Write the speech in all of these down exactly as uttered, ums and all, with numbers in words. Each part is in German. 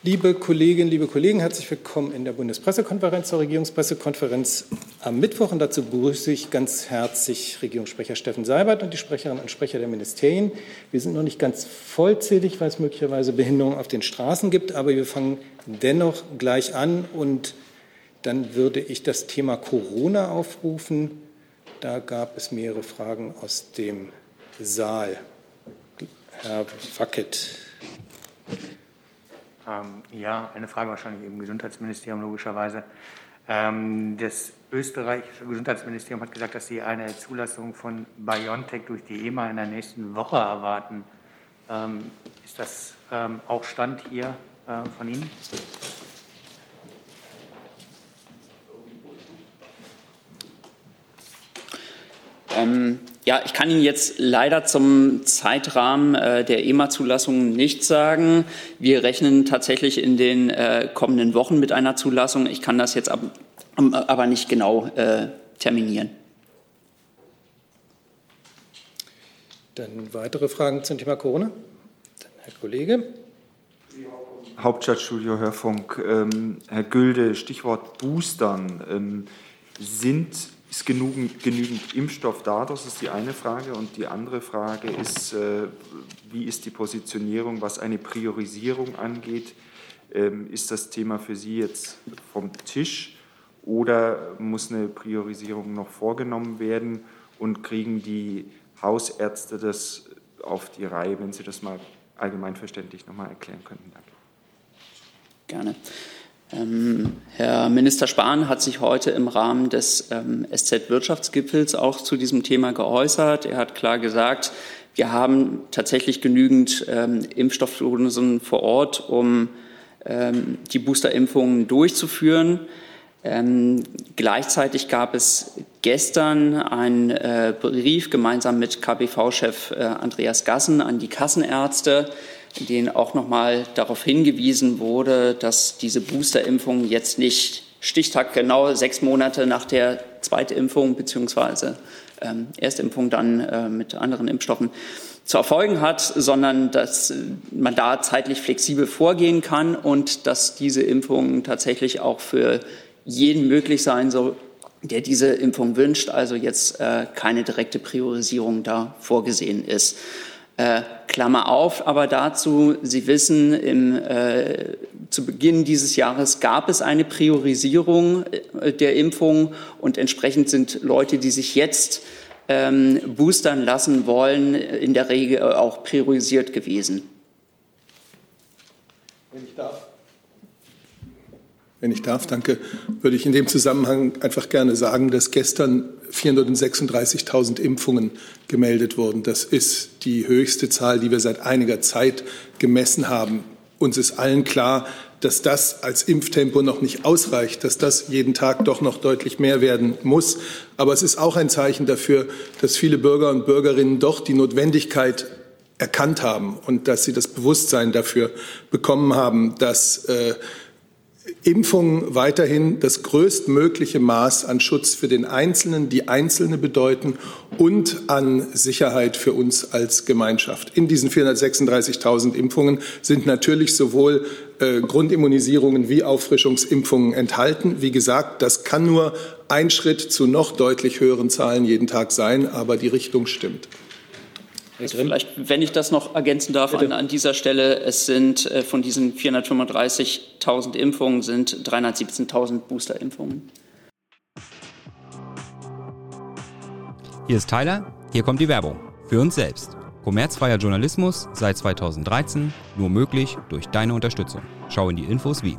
Liebe Kolleginnen, liebe Kollegen, herzlich willkommen in der Bundespressekonferenz zur Regierungspressekonferenz am Mittwoch. Und dazu begrüße ich ganz herzlich Regierungssprecher Steffen Seibert und die Sprecherinnen und Sprecher der Ministerien. Wir sind noch nicht ganz vollzählig, weil es möglicherweise Behinderungen auf den Straßen gibt, aber wir fangen dennoch gleich an. Und dann würde ich das Thema Corona aufrufen. Da gab es mehrere Fragen aus dem Saal. Herr Wackett. Ähm, ja, eine Frage wahrscheinlich im Gesundheitsministerium logischerweise. Ähm, das österreichische Gesundheitsministerium hat gesagt, dass sie eine Zulassung von BioNTech durch die E M A in der nächsten Woche erwarten. Ähm, ist das ähm, auch Stand hier äh, von Ihnen? Ähm, ja, ich kann Ihnen jetzt leider zum Zeitrahmen äh, der E M A-Zulassung nichts sagen. Wir rechnen tatsächlich in den äh, kommenden Wochen mit einer Zulassung. Ich kann das jetzt ab, aber nicht genau äh, terminieren. Dann weitere Fragen zum Thema Corona? Dann Herr Kollege. Hauptstadtstudio Hörfunk. Ähm, Herr Gülde, Stichwort Boostern. Ähm, sind Ist genügend, genügend Impfstoff da? Das ist die eine Frage. Und die andere Frage ist, äh, wie ist die Positionierung, was eine Priorisierung angeht? Ähm, ist das Thema für Sie jetzt vom Tisch oder muss eine Priorisierung noch vorgenommen werden? Und kriegen die Hausärzte das auf die Reihe, wenn Sie das mal allgemeinverständlich noch mal erklären könnten? Danke. Gerne. Ähm, Herr Minister Spahn hat sich heute im Rahmen des ähm, S Z-Wirtschaftsgipfels auch zu diesem Thema geäußert. Er hat klar gesagt, wir haben tatsächlich genügend ähm, Impfstoffdosen vor Ort, um ähm, die Boosterimpfungen durchzuführen. Ähm, gleichzeitig gab es gestern einen äh, Brief gemeinsam mit K B V-Chef äh, Andreas Gassen an die Kassenärzte, in denen auch noch mal darauf hingewiesen wurde, dass diese Boosterimpfung jetzt nicht stichtaggenau sechs Monate nach der Zweitimpfung bzw. Ähm, Erstimpfung dann äh, mit anderen Impfstoffen zu erfolgen hat, sondern dass man da zeitlich flexibel vorgehen kann und dass diese Impfung tatsächlich auch für jeden möglich sein soll, der diese Impfung wünscht, also jetzt äh, keine direkte Priorisierung da vorgesehen ist. Äh, Klammer auf, aber dazu, Sie wissen, im, äh, zu Beginn dieses Jahres gab es eine Priorisierung äh, der Impfung und entsprechend sind Leute, die sich jetzt ähm, boostern lassen wollen, in der Regel auch priorisiert gewesen. Wenn ich darf. Wenn ich darf, danke, würde ich in dem Zusammenhang einfach gerne sagen, dass gestern vierhundertsechsunddreißigtausend Impfungen gemeldet wurden. Das ist die höchste Zahl, die wir seit einiger Zeit gemessen haben. Uns ist allen klar, dass das als Impftempo noch nicht ausreicht, dass das jeden Tag doch noch deutlich mehr werden muss. Aber es ist auch ein Zeichen dafür, dass viele Bürger und Bürgerinnen doch die Notwendigkeit erkannt haben und dass sie das Bewusstsein dafür bekommen haben, dass äh, Impfungen weiterhin das größtmögliche Maß an Schutz für den Einzelnen, die Einzelne bedeuten und an Sicherheit für uns als Gemeinschaft. In diesen vierhundertsechsunddreißigtausend Impfungen sind natürlich sowohl äh, Grundimmunisierungen wie Auffrischungsimpfungen enthalten. Wie gesagt, das kann nur ein Schritt zu noch deutlich höheren Zahlen jeden Tag sein, aber die Richtung stimmt. Also vielleicht, wenn ich das noch ergänzen darf, an, an dieser Stelle, es sind äh, von diesen vierhundertfünfunddreißigtausend Impfungen sind dreihundertsiebzehntausend Boosterimpfungen. Hier ist Tyler, hier kommt die Werbung. Für uns selbst. Kommerzfreier Journalismus seit zweitausenddreizehn, nur möglich durch deine Unterstützung. Schau in die Infos wie.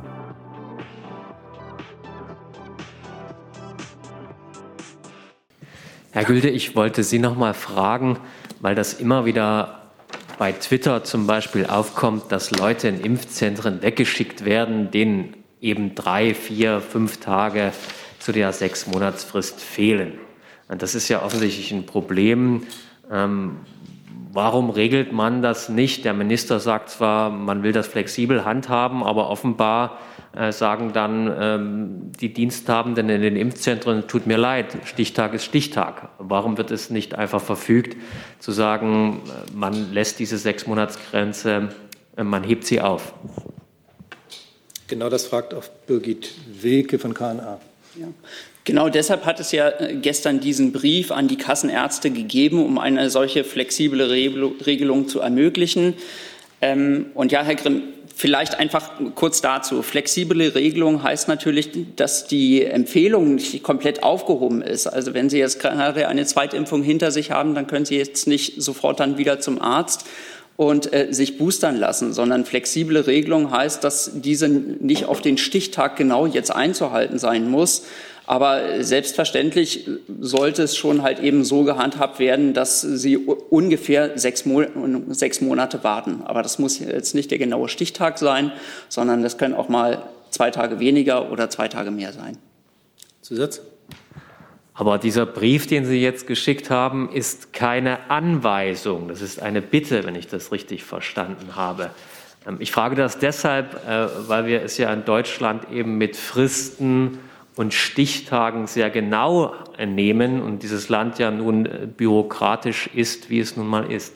Herr Gülde, ich wollte Sie noch mal fragen, weil das immer wieder bei Twitter zum Beispiel aufkommt, dass Leute in Impfzentren weggeschickt werden, denen eben drei, vier, fünf Tage zu der Sechs-Monatsfrist fehlen. Und das ist ja offensichtlich ein Problem. Ähm, warum regelt man das nicht? Der Minister sagt zwar, man will das flexibel handhaben, aber offenbar äh, sagen dann ähm, die Diensthabenden in den Impfzentren, tut mir leid, Stichtag ist Stichtag. Warum wird es nicht einfach verfügt, zu sagen, man lässt diese Sechs-Monats-Grenze, äh, man hebt sie auf? Genau das fragt auch Birgit Wilke von K N A. Ja. Genau deshalb hat es ja gestern diesen Brief an die Kassenärzte gegeben, um eine solche flexible Regelung zu ermöglichen. Und ja, Herr Grimm, vielleicht einfach kurz dazu. Flexible Regelung heißt natürlich, dass die Empfehlung nicht komplett aufgehoben ist. Also wenn Sie jetzt gerade eine Zweitimpfung hinter sich haben, dann können Sie jetzt nicht sofort dann wieder zum Arzt und äh, sich boostern lassen, sondern flexible Regelung heißt, dass diese nicht auf den Stichtag genau jetzt einzuhalten sein muss. Aber selbstverständlich sollte es schon halt eben so gehandhabt werden, dass Sie ungefähr sechs, Mo- sechs Monate warten. Aber das muss jetzt nicht der genaue Stichtag sein, sondern das können auch mal zwei Tage weniger oder zwei Tage mehr sein. Zusatz? Aber dieser Brief, den Sie jetzt geschickt haben, ist keine Anweisung. Das ist eine Bitte, wenn ich das richtig verstanden habe. Ich frage das deshalb, weil wir es ja in Deutschland eben mit Fristen und Stichtagen sehr genau nehmen und dieses Land ja nun bürokratisch ist, wie es nun mal ist.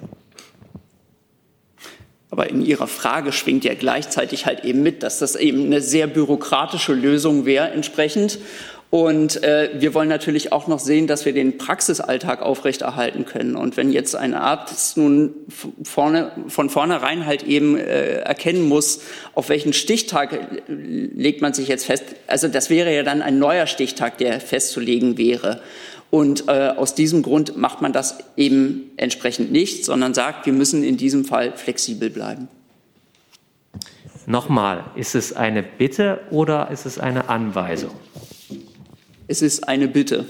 Aber in Ihrer Frage schwingt ja gleichzeitig halt eben mit, dass das eben eine sehr bürokratische Lösung wäre entsprechend. Und äh, wir wollen natürlich auch noch sehen, dass wir den Praxisalltag aufrechterhalten können. Und wenn jetzt ein Arzt nun vorne, von vornherein halt eben äh, erkennen muss, auf welchen Stichtag legt man sich jetzt fest, also das wäre ja dann ein neuer Stichtag, der festzulegen wäre. Und äh, aus diesem Grund macht man das eben entsprechend nicht, sondern sagt, wir müssen in diesem Fall flexibel bleiben. Nochmal, ist es eine Bitte oder ist es eine Anweisung? Es ist eine Bitte.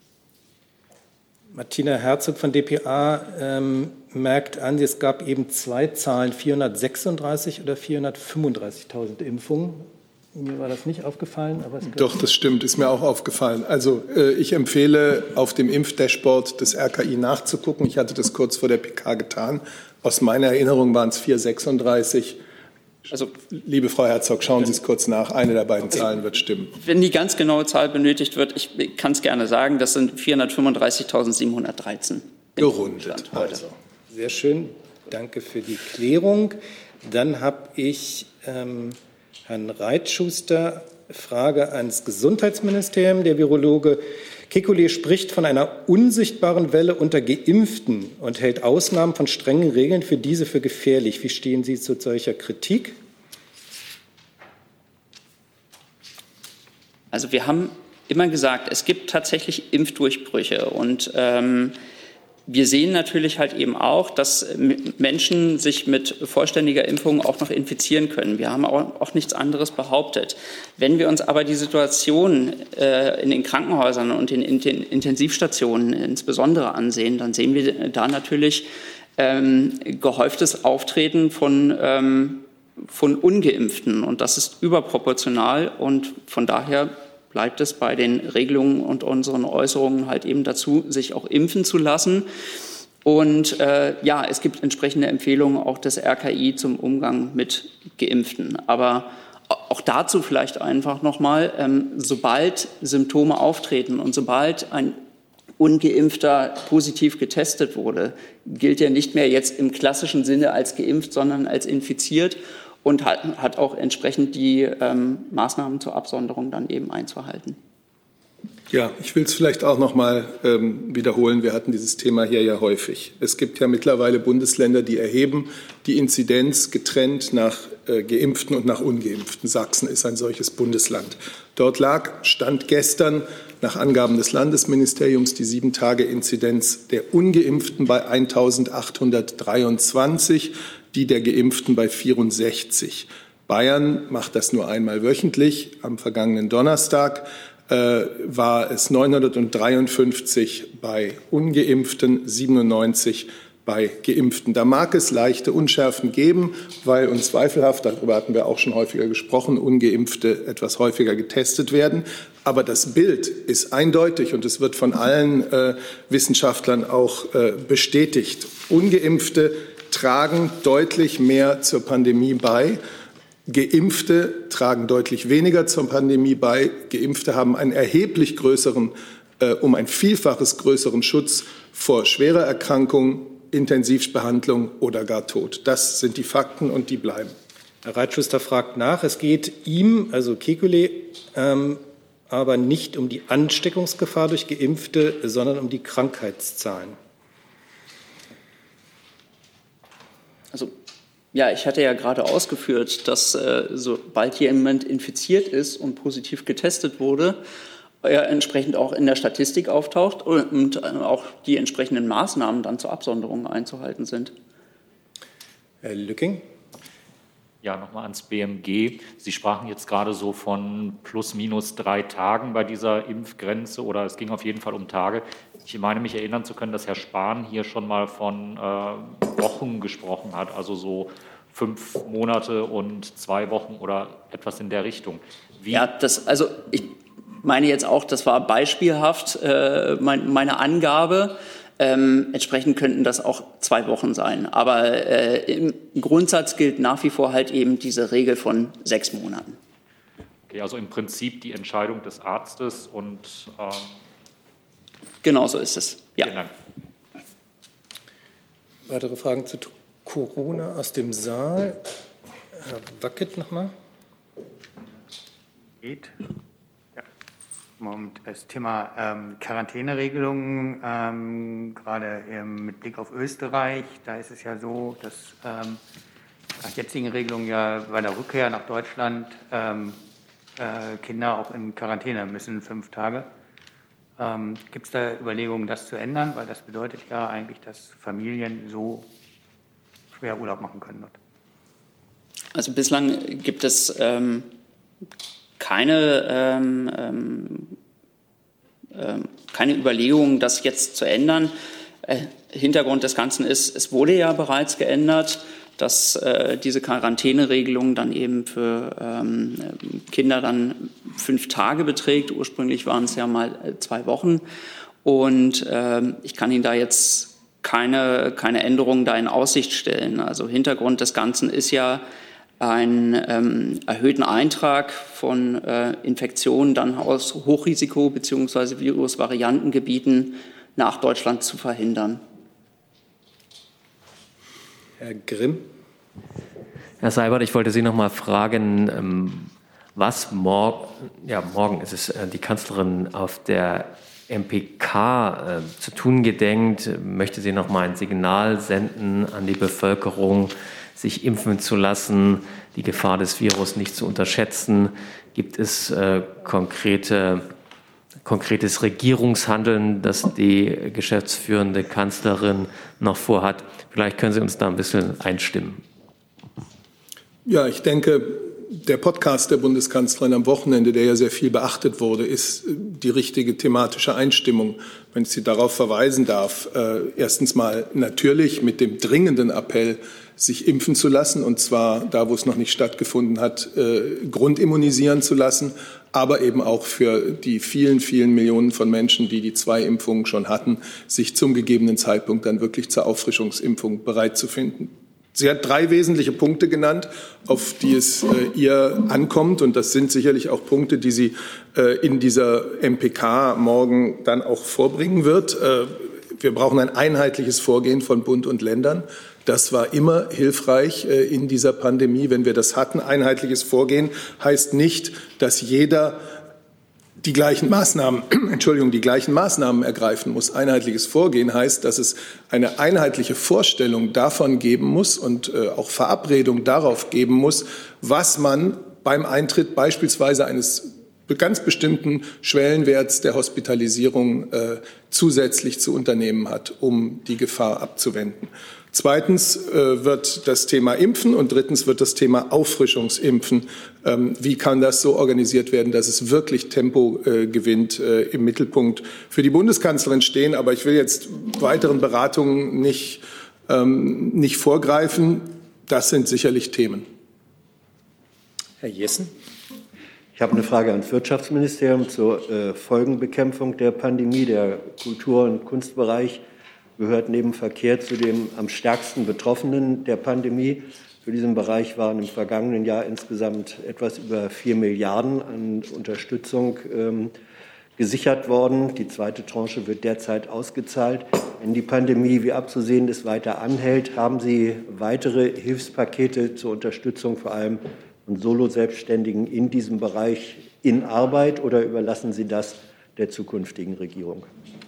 Martina Herzog von D P A ähm, merkt an, es gab eben zwei Zahlen, vierhundertsechsunddreißig oder vierhundertfünfunddreißigtausend Impfungen. Mir war das nicht aufgefallen. Aber es Doch, das stimmt, ist mir auch aufgefallen. Also äh, ich empfehle, auf dem Impfdashboard des R K I nachzugucken. Ich hatte das kurz vor der P K getan. Aus meiner Erinnerung waren es vierhundertsechsunddreißig. Also, liebe Frau Herzog, schauen Sie es kurz nach. Eine der beiden Zahlen wird stimmen. Wenn die ganz genaue Zahl benötigt wird, ich kann es gerne sagen, das sind vierhundertfünfunddreißigtausendsiebenhundertdreizehn. Gerundet. Also. Sehr schön. Danke für die Klärung. Dann habe ich ähm, Herrn Reitschuster, Frage ans Gesundheitsministerium. Der Virologe Kekulé spricht von einer unsichtbaren Welle unter Geimpften und hält Ausnahmen von strengen Regeln für diese für gefährlich. Wie stehen Sie zu solcher Kritik? Also wir haben immer gesagt, es gibt tatsächlich Impfdurchbrüche und ähm, wir sehen natürlich halt eben auch, dass Menschen sich mit vollständiger Impfung auch noch infizieren können. Wir haben auch, auch nichts anderes behauptet. Wenn wir uns aber die Situation äh, in den Krankenhäusern und in, in den Intensivstationen insbesondere ansehen, dann sehen wir da natürlich ähm, gehäuftes Auftreten von, ähm, von Ungeimpften. Und das ist überproportional und von daher bleibt es bei den Regelungen und unseren Äußerungen halt eben dazu, sich auch impfen zu lassen. Und äh, ja, es gibt entsprechende Empfehlungen auch des R K I zum Umgang mit Geimpften. Aber auch dazu vielleicht einfach nochmal, ähm, sobald Symptome auftreten und sobald ein Ungeimpfter positiv getestet wurde, gilt er nicht mehr jetzt im klassischen Sinne als geimpft, sondern als infiziert. Und hat, hat auch entsprechend die ähm, Maßnahmen zur Absonderung dann eben einzuhalten. Ja, ich will es vielleicht auch noch mal ähm, wiederholen. Wir hatten dieses Thema hier ja häufig. Es gibt ja mittlerweile Bundesländer, die erheben die Inzidenz getrennt nach äh, Geimpften und nach Ungeimpften. Sachsen ist ein solches Bundesland. Dort lag, Stand gestern, nach Angaben des Landesministeriums, die sieben-Tage-Inzidenz der Ungeimpften bei eintausendachthundertdreiundzwanzig, die der Geimpften bei vierundsechzig. Bayern macht das nur einmal wöchentlich. Am vergangenen Donnerstag äh, war es neunhundertdreiundfünfzig bei Ungeimpften, siebenundneunzig bei Geimpften. Da mag es leichte Unschärfen geben, weil unzweifelhaft, darüber hatten wir auch schon häufiger gesprochen, Ungeimpfte etwas häufiger getestet werden. Aber das Bild ist eindeutig und es wird von allen äh, Wissenschaftlern auch äh, bestätigt. Ungeimpfte tragen deutlich mehr zur Pandemie bei. Geimpfte tragen deutlich weniger zur Pandemie bei. Geimpfte haben einen erheblich größeren, äh, um ein Vielfaches größeren Schutz vor schwerer Erkrankung, Intensivbehandlung oder gar Tod. Das sind die Fakten und die bleiben. Herr Reitschuster fragt nach. Es geht ihm, also Kekulé, ähm, aber nicht um die Ansteckungsgefahr durch Geimpfte, sondern um die Krankheitszahlen. Also ja, ich hatte ja gerade ausgeführt, dass äh, sobald jemand infiziert ist und positiv getestet wurde, er entsprechend auch in der Statistik auftaucht und auch die entsprechenden Maßnahmen dann zur Absonderung einzuhalten sind. Herr Lücking. Ja, nochmal ans B M G. Sie sprachen jetzt gerade so von plus minus drei Tagen bei dieser Impfgrenze oder es ging auf jeden Fall um Tage. Ich meine, mich erinnern zu können, dass Herr Spahn hier schon mal von äh, Wochen gesprochen hat, also so fünf Monate und zwei Wochen oder etwas in der Richtung. Wie ja, das, also ich meine jetzt auch, das war beispielhaft äh, mein, meine Angabe. Ähm, entsprechend könnten das auch zwei Wochen sein. Aber äh, im Grundsatz gilt nach wie vor halt eben diese Regel von sechs Monaten. Okay, also im Prinzip die Entscheidung des Arztes und ähm genau so ist es. Ja. Vielen Dank. Weitere Fragen zu Corona aus dem Saal? Herr Wackett nochmal. Geht. Und das Thema ähm, Quarantäneregelungen, ähm, gerade ähm, mit Blick auf Österreich, da ist es ja so, dass ähm, nach jetzigen Regelungen ja bei der Rückkehr nach Deutschland ähm, äh, Kinder auch in Quarantäne müssen, fünf Tage. Ähm, Gibt es da Überlegungen, das zu ändern? Weil das bedeutet ja eigentlich, dass Familien so schwer Urlaub machen können dort. Also bislang gibt es ähm, keine, ähm, ähm, keine Überlegungen, das jetzt zu ändern. Äh, Hintergrund des Ganzen ist, es wurde ja bereits geändert, dass äh, diese Quarantäneregelung dann eben für ähm, Kinder dann fünf Tage beträgt. Ursprünglich waren es ja mal zwei Wochen. Und ähm, ich kann Ihnen da jetzt keine, keine Änderungen da in Aussicht stellen. Also Hintergrund des Ganzen ist ja, einen ähm, erhöhten Eintrag von äh, Infektionen dann aus Hochrisiko- bzw. Virusvariantengebieten nach Deutschland zu verhindern. Herr Grimm. Herr Seibert, ich wollte Sie noch mal fragen, ähm, was morgen, ja, morgen ist es, äh, die Kanzlerin auf der M P K äh, zu tun gedenkt. Möchte sie noch mal ein Signal senden an die Bevölkerung, sich impfen zu lassen, die Gefahr des Virus nicht zu unterschätzen? Gibt es äh, konkrete, konkretes Regierungshandeln, das die geschäftsführende Kanzlerin noch vorhat? Vielleicht können Sie uns da ein bisschen einstimmen. Ja, ich denke, der Podcast der Bundeskanzlerin am Wochenende, der ja sehr viel beachtet wurde, ist die richtige thematische Einstimmung, wenn ich Sie darauf verweisen darf. Äh, erstens mal natürlich mit dem dringenden Appell, sich impfen zu lassen, und zwar da, wo es noch nicht stattgefunden hat, äh, grundimmunisieren zu lassen, aber eben auch für die vielen, vielen Millionen von Menschen, die die zwei Impfungen schon hatten, sich zum gegebenen Zeitpunkt dann wirklich zur Auffrischungsimpfung bereit zu finden. Sie hat drei wesentliche Punkte genannt, auf die es äh, ihr ankommt. Und das sind sicherlich auch Punkte, die sie äh, in dieser M P K morgen dann auch vorbringen wird. Äh, wir brauchen ein einheitliches Vorgehen von Bund und Ländern. Das war immer hilfreich äh, in dieser Pandemie, wenn wir das hatten. Einheitliches Vorgehen heißt nicht, dass jeder die gleichen Maßnahmen, Entschuldigung, die gleichen Maßnahmen ergreifen muss. Einheitliches Vorgehen heißt, dass es eine einheitliche Vorstellung davon geben muss und äh, auch Verabredung darauf geben muss, was man beim Eintritt beispielsweise eines ganz bestimmten Schwellenwerts der Hospitalisierung äh, zusätzlich zu unternehmen hat, um die Gefahr abzuwenden. Zweitens äh, wird das Thema Impfen und drittens wird das Thema Auffrischungsimpfen. Ähm, wie kann das so organisiert werden, dass es wirklich Tempo äh, gewinnt, äh, im Mittelpunkt für die Bundeskanzlerin stehen. Aber ich will jetzt weiteren Beratungen nicht, ähm, nicht vorgreifen. Das sind sicherlich Themen. Herr Jessen. Ich habe eine Frage ans Wirtschaftsministerium zur äh, Folgenbekämpfung der Pandemie. Der Kultur- und Kunstbereich gehört neben Verkehr zu den am stärksten Betroffenen der Pandemie. Für diesen Bereich waren im vergangenen Jahr insgesamt etwas über vier Milliarden an Unterstützung ähm, gesichert worden. Die zweite Tranche wird derzeit ausgezahlt. Wenn die Pandemie, wie abzusehen ist, weiter anhält, haben Sie weitere Hilfspakete zur Unterstützung vor allem von Solo-Selbstständigen in diesem Bereich in Arbeit oder überlassen Sie das der zukünftigen Regierung?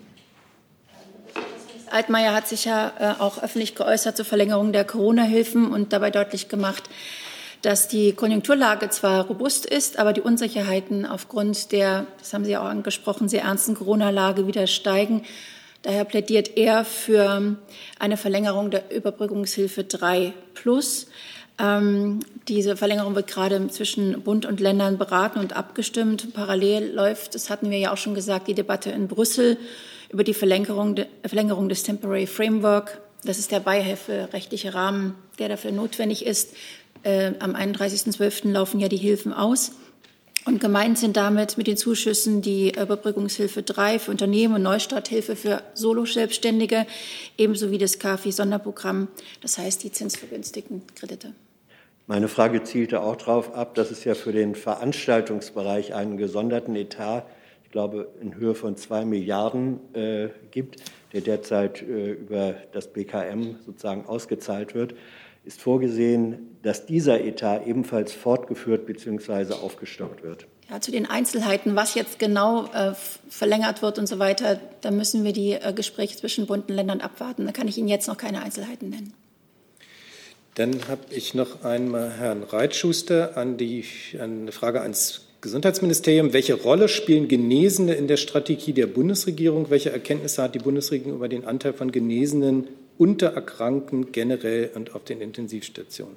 Altmaier hat sich ja äh, auch öffentlich geäußert zur Verlängerung der Corona-Hilfen und dabei deutlich gemacht, dass die Konjunkturlage zwar robust ist, aber die Unsicherheiten aufgrund der, das haben Sie auch angesprochen, sehr ernsten Corona-Lage wieder steigen. Daher plädiert er für eine Verlängerung der Überbrückungshilfe drei plus. Ähm, diese Verlängerung wird gerade zwischen Bund und Ländern beraten und abgestimmt. Parallel läuft, das hatten wir ja auch schon gesagt, die Debatte in Brüssel über die Verlängerung, de, Verlängerung des Temporary Framework. Das ist der beihilferechtliche Rahmen, der dafür notwendig ist. Äh, am einunddreißigsten zwölften laufen ja die Hilfen aus. Und gemeint sind damit mit den Zuschüssen die Überbrückungshilfe drei für Unternehmen und Neustarthilfe für Solo-Selbstständige, ebenso wie das KfW-Sonderprogramm, das heißt die zinsvergünstigten Kredite. Meine Frage zielte auch darauf ab, dass es ja für den Veranstaltungsbereich einen gesonderten Etat, ich glaube in Höhe von zwei Milliarden äh, gibt, der derzeit äh, über das B K M sozusagen ausgezahlt wird. Ist vorgesehen, dass dieser Etat ebenfalls fortgeführt bzw. aufgestockt wird. Ja, zu den Einzelheiten, was jetzt genau äh, verlängert wird und so weiter, da müssen wir die äh, Gespräche zwischen Bund und Ländern abwarten. Da kann ich Ihnen jetzt noch keine Einzelheiten nennen. Dann habe ich noch einmal Herrn Reitschuster an die an eine Frage ans Gesundheitsministerium. Welche Rolle spielen Genesene in der Strategie der Bundesregierung? Welche Erkenntnisse hat die Bundesregierung über den Anteil von Genesenen unter Erkrankten generell und auf den Intensivstationen?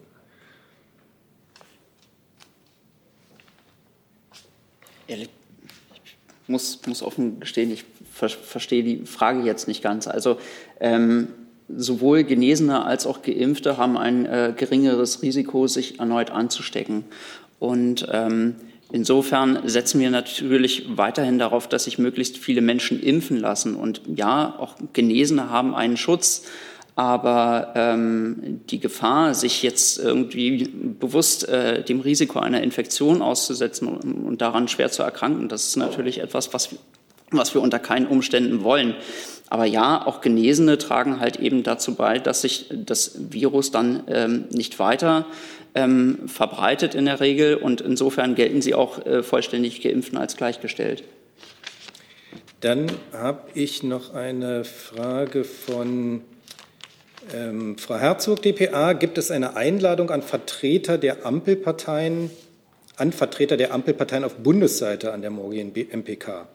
Ich muss, muss offen gestehen, ich ver verstehe die Frage jetzt nicht ganz. Also ähm, sowohl Genesene als auch Geimpfte haben ein äh, geringeres Risiko, sich erneut anzustecken. Und ähm, insofern setzen wir natürlich weiterhin darauf, dass sich möglichst viele Menschen impfen lassen. Und ja, auch Genesene haben einen Schutz. Aber ähm, die Gefahr, sich jetzt irgendwie bewusst äh, dem Risiko einer Infektion auszusetzen und, und daran schwer zu erkranken, das ist natürlich etwas, was wir, was wir unter keinen Umständen wollen. Aber ja, auch Genesene tragen halt eben dazu bei, dass sich das Virus dann ähm, nicht weiter ähm, verbreitet in der Regel. Und insofern gelten sie auch äh, vollständig Geimpften als gleichgestellt. Dann habe ich noch eine Frage von Ähm, Frau Herzog, D P A, gibt es eine Einladung an Vertreter der Ampelparteien, an Vertreter der Ampelparteien auf Bundesseite an der morgigen M P K?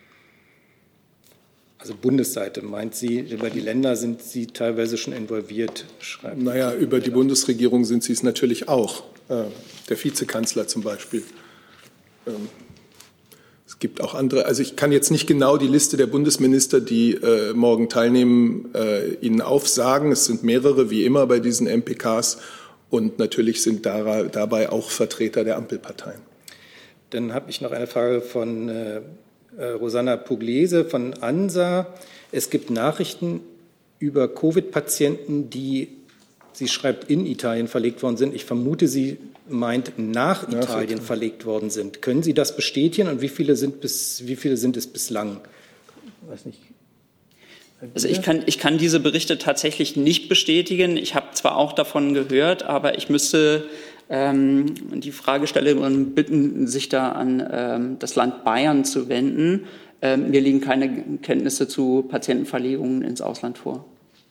Also Bundesseite, meint sie, über die Länder sind Sie teilweise schon involviert? Schreibt naja, über die Bundesregierung sind Sie es natürlich auch. Äh, der Vizekanzler zum Beispiel. Ähm, Es gibt auch andere, also ich kann jetzt nicht genau die Liste der Bundesminister, die äh, morgen teilnehmen, äh, Ihnen aufsagen. Es sind mehrere, wie immer bei diesen M P Ks. Und natürlich sind da, dabei auch Vertreter der Ampelparteien. Dann habe ich noch eine Frage von äh, Rosanna Pugliese von ANSA. Es gibt Nachrichten über Covid-Patienten, die, sie schreibt, in Italien verlegt worden sind. Ich vermute, sie meint, nach Italien, nach Italien verlegt worden sind. Können Sie das bestätigen und wie viele sind, bis, wie viele sind es bislang? Ich weiß nicht. Also ich kann, ich kann diese Berichte tatsächlich nicht bestätigen. Ich habe zwar auch davon gehört, aber ich müsste ähm, die Fragestellerin bitten, sich da an ähm, das Land Bayern zu wenden. Ähm, mir liegen keine Kenntnisse zu Patientenverlegungen ins Ausland vor.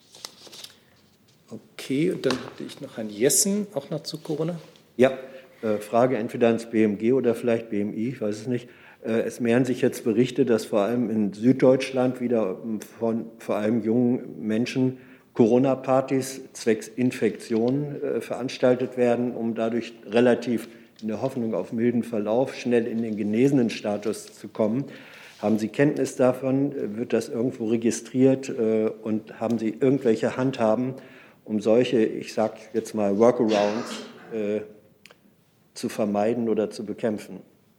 Okay, und dann hatte ich noch Herrn Jessen, auch noch zu Corona. Ja, äh, Frage entweder ans B M G oder vielleicht B M I, ich weiß es nicht. Äh, es mehren sich jetzt Berichte, dass vor allem in Süddeutschland wieder von vor allem jungen Menschen Corona-Partys zwecks Infektionen äh, veranstaltet werden, um dadurch relativ in der Hoffnung auf milden Verlauf schnell in den genesenen Status zu kommen. Haben Sie Kenntnis davon? Wird das irgendwo registriert? Äh, und haben Sie irgendwelche Handhaben, um solche, ich sage jetzt mal, Workarounds äh, zu vermeiden oder zu bekämpfen?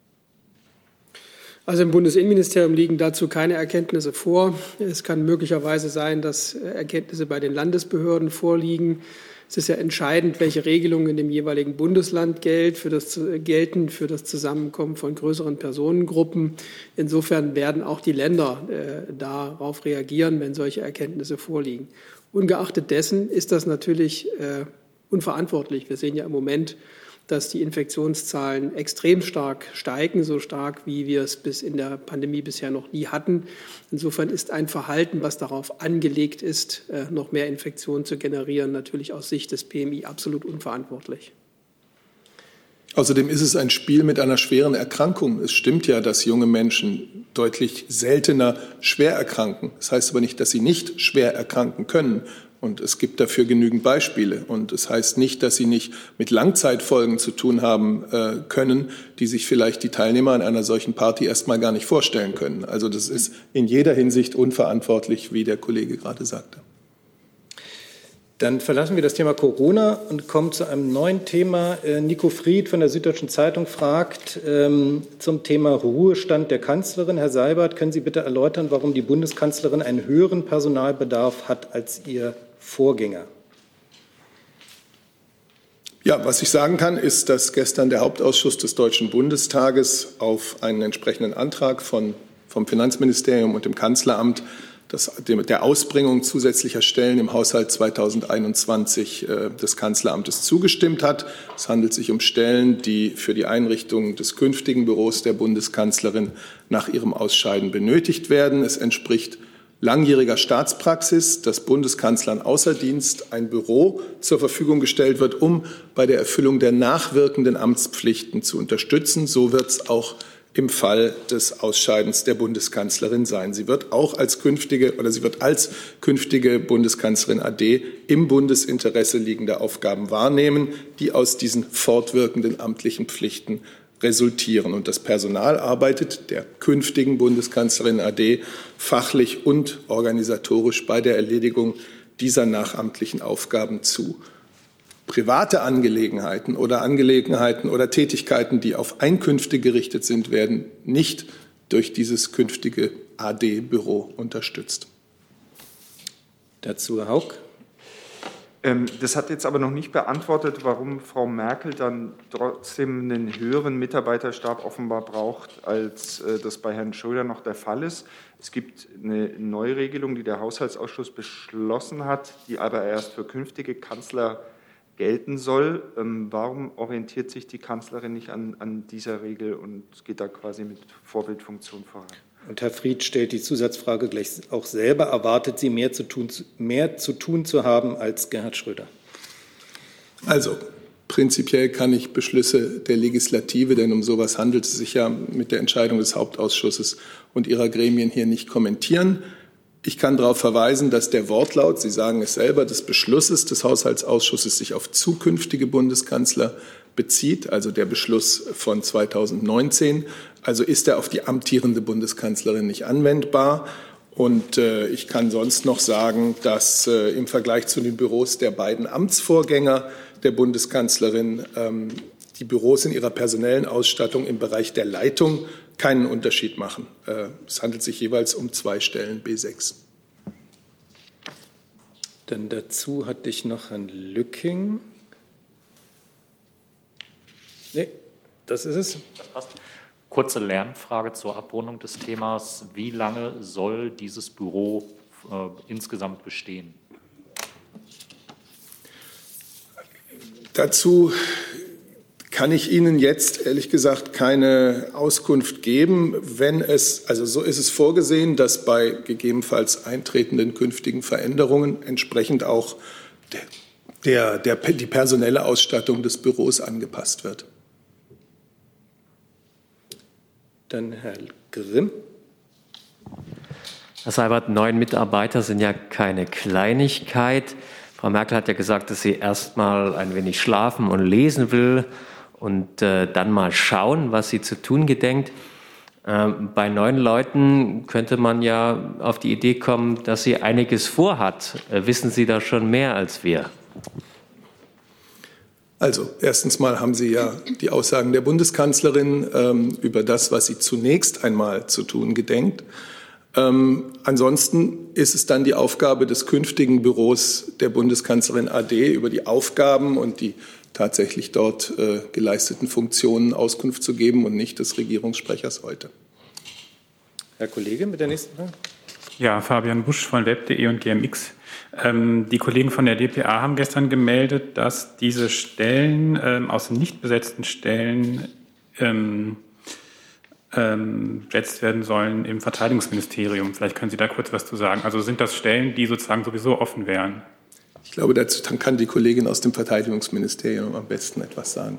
Also im Bundesinnenministerium liegen dazu keine Erkenntnisse vor. Es kann möglicherweise sein, dass Erkenntnisse bei den Landesbehörden vorliegen. Es ist ja entscheidend, welche Regelungen in dem jeweiligen Bundesland gelten für das, gelten für das Zusammenkommen von größeren Personengruppen. Insofern werden auch die Länder äh, darauf reagieren, wenn solche Erkenntnisse vorliegen. Ungeachtet dessen ist das natürlich äh, unverantwortlich. Wir sehen ja im Moment, dass die Infektionszahlen extrem stark steigen, so stark, wie wir es bis in der Pandemie bisher noch nie hatten. Insofern ist ein Verhalten, was darauf angelegt ist, noch mehr Infektionen zu generieren, natürlich aus Sicht des P M I absolut unverantwortlich. Außerdem ist es ein Spiel mit einer schweren Erkrankung. Es stimmt ja, dass junge Menschen deutlich seltener schwer erkranken. Das heißt aber nicht, dass sie nicht schwer erkranken können. Und es gibt dafür genügend Beispiele. Und es heißt nicht, dass sie nicht mit Langzeitfolgen zu tun haben äh, können, die sich vielleicht die Teilnehmer an einer solchen Party erst mal gar nicht vorstellen können. Also das ist in jeder Hinsicht unverantwortlich, wie der Kollege gerade sagte. Dann verlassen wir das Thema Corona und kommen zu einem neuen Thema. Nico Fried von der Süddeutschen Zeitung fragt ähm, zum Thema Ruhestand der Kanzlerin. Herr Seibert, können Sie bitte erläutern, warum die Bundeskanzlerin einen höheren Personalbedarf hat als ihr Vorgänger? Ja, was ich sagen kann, ist, dass gestern der Hauptausschuss des Deutschen Bundestages auf einen entsprechenden Antrag von, vom Finanzministerium und dem Kanzleramt das, der Ausbringung zusätzlicher Stellen im Haushalt zweitausendeinundzwanzig äh, des Kanzleramtes zugestimmt hat. Es handelt sich um Stellen, die für die Einrichtung des künftigen Büros der Bundeskanzlerin nach ihrem Ausscheiden benötigt werden. Es entspricht langjähriger Staatspraxis, dass Bundeskanzlern außer Dienst ein Büro zur Verfügung gestellt wird, um bei der Erfüllung der nachwirkenden Amtspflichten zu unterstützen. So wird es auch im Fall des Ausscheidens der Bundeskanzlerin sein. Sie wird auch als künftige oder sie wird als künftige Bundeskanzlerin A D im Bundesinteresse liegende Aufgaben wahrnehmen, die aus diesen fortwirkenden amtlichen Pflichten resultieren. Und das Personal arbeitet der künftigen Bundeskanzlerin A D fachlich und organisatorisch bei der Erledigung dieser nachamtlichen Aufgaben zu. Private Angelegenheiten oder Angelegenheiten oder Tätigkeiten, die auf Einkünfte gerichtet sind, werden nicht durch dieses künftige A D-Büro unterstützt. Dazu Herr Hauck. Ähm, das hat jetzt aber noch nicht beantwortet, warum Frau Merkel dann trotzdem einen höheren Mitarbeiterstab offenbar braucht, als äh, das bei Herrn Schröder noch der Fall ist. Es gibt eine Neuregelung, die der Haushaltsausschuss beschlossen hat, die aber erst für künftige Kanzler gelten soll. Ähm, warum orientiert sich die Kanzlerin nicht an, an dieser Regel und geht da quasi mit Vorbildfunktion voran? Und Herr Fried stellt die Zusatzfrage gleich auch selber. Erwartet sie, mehr zu tun, mehr zu tun zu haben als Gerhard Schröder? Also, prinzipiell kann ich Beschlüsse der Legislative, denn um sowas handelt es sich ja mit der Entscheidung des Hauptausschusses und ihrer Gremien hier nicht kommentieren. Ich kann darauf verweisen, dass der Wortlaut, Sie sagen es selber, des Beschlusses des Haushaltsausschusses sich auf zukünftige Bundeskanzler bezieht, also der Beschluss von zweitausendneunzehn. Also ist er auf die amtierende Bundeskanzlerin nicht anwendbar. Und äh, ich kann sonst noch sagen, dass äh, im Vergleich zu den Büros der beiden Amtsvorgänger der Bundeskanzlerin ähm, die Büros in ihrer personellen Ausstattung im Bereich der Leitung keinen Unterschied machen. Es handelt sich jeweils um zwei Stellen B sechs. Dann dazu hatte ich noch Herrn Lücking. Nee, das ist es. Das passt. Kurze Lernfrage zur Abrundung des Themas. Wie lange soll dieses Büro äh, insgesamt bestehen? Dazu kann ich Ihnen jetzt ehrlich gesagt keine Auskunft geben. Wenn es, also so ist es vorgesehen, dass bei gegebenenfalls eintretenden künftigen Veränderungen entsprechend auch der, der, der, die personelle Ausstattung des Büros angepasst wird. Dann Herr Grimm. Herr Seibert, neun Mitarbeiter sind ja keine Kleinigkeit. Frau Merkel hat ja gesagt, dass sie erst mal ein wenig schlafen und lesen will und äh, dann mal schauen, was sie zu tun gedenkt. Ähm, bei neun Leuten könnte man ja auf die Idee kommen, dass sie einiges vorhat. Äh, wissen Sie da schon mehr als wir? Also erstens mal haben Sie ja die Aussagen der Bundeskanzlerin ähm, über das, was sie zunächst einmal zu tun gedenkt. Ähm, ansonsten ist es dann die Aufgabe des künftigen Büros der Bundeskanzlerin A D, über die Aufgaben und die tatsächlich dort äh, geleisteten Funktionen Auskunft zu geben und nicht des Regierungssprechers heute. Herr Kollege mit der nächsten Frage. Ja, Fabian Busch von web punkt de und G M X. Ähm, die Kollegen von der d p a haben gestern gemeldet, dass diese Stellen ähm, aus nicht besetzten Stellen ähm, ähm, besetzt werden sollen im Verteidigungsministerium. Vielleicht können Sie da kurz was zu sagen. Also sind das Stellen, die sozusagen sowieso offen wären? Ich glaube, dazu kann die Kollegin aus dem Verteidigungsministerium am besten etwas sagen.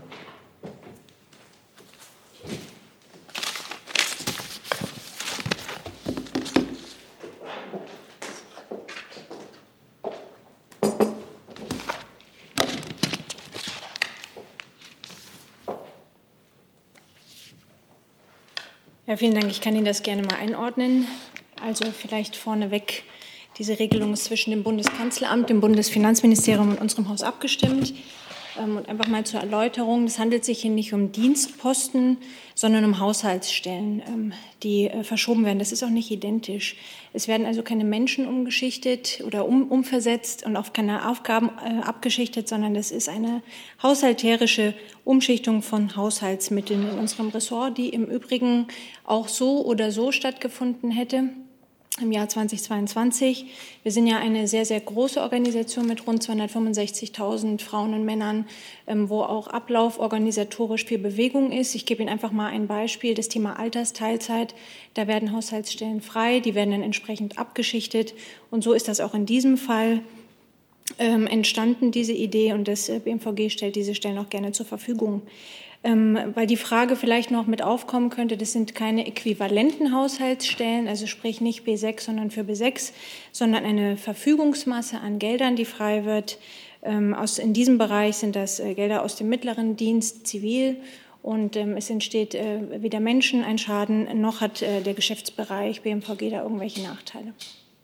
Ja, vielen Dank. Ich kann Ihnen das gerne mal einordnen. Also vielleicht vorneweg, diese Regelung ist zwischen dem Bundeskanzleramt, dem Bundesfinanzministerium und unserem Haus abgestimmt. Und einfach mal zur Erläuterung, es handelt sich hier nicht um Dienstposten, sondern um Haushaltsstellen, die verschoben werden. Das ist auch nicht identisch. Es werden also keine Menschen umgeschichtet oder um, umversetzt und auch keine Aufgaben äh, abgeschichtet, sondern das ist eine haushalterische Umschichtung von Haushaltsmitteln in unserem Ressort, die im Übrigen auch so oder so stattgefunden hätte im Jahr zweitausendzweiundzwanzig. Wir sind ja eine sehr, sehr große Organisation mit rund zweihundertfünfundsechzigtausend Frauen und Männern, ähm, wo auch Ablauf organisatorisch viel Bewegung ist. Ich gebe Ihnen einfach mal ein Beispiel, das Thema Altersteilzeit. Da werden Haushaltsstellen frei, die werden dann entsprechend abgeschichtet. Und so ist das auch in diesem Fall ähm, entstanden, diese Idee. Und das äh, B M V G stellt diese Stellen auch gerne zur Verfügung. Ähm, weil die Frage vielleicht noch mit aufkommen könnte, das sind keine äquivalenten Haushaltsstellen, also sprich nicht B sechs, sondern für B sechs, sondern eine Verfügungsmasse an Geldern, die frei wird. Ähm, aus, in diesem Bereich sind das äh, Gelder aus dem mittleren Dienst, zivil, und ähm, es entsteht äh, weder Menschen ein Schaden, noch hat äh, der Geschäftsbereich B M V G da irgendwelche Nachteile.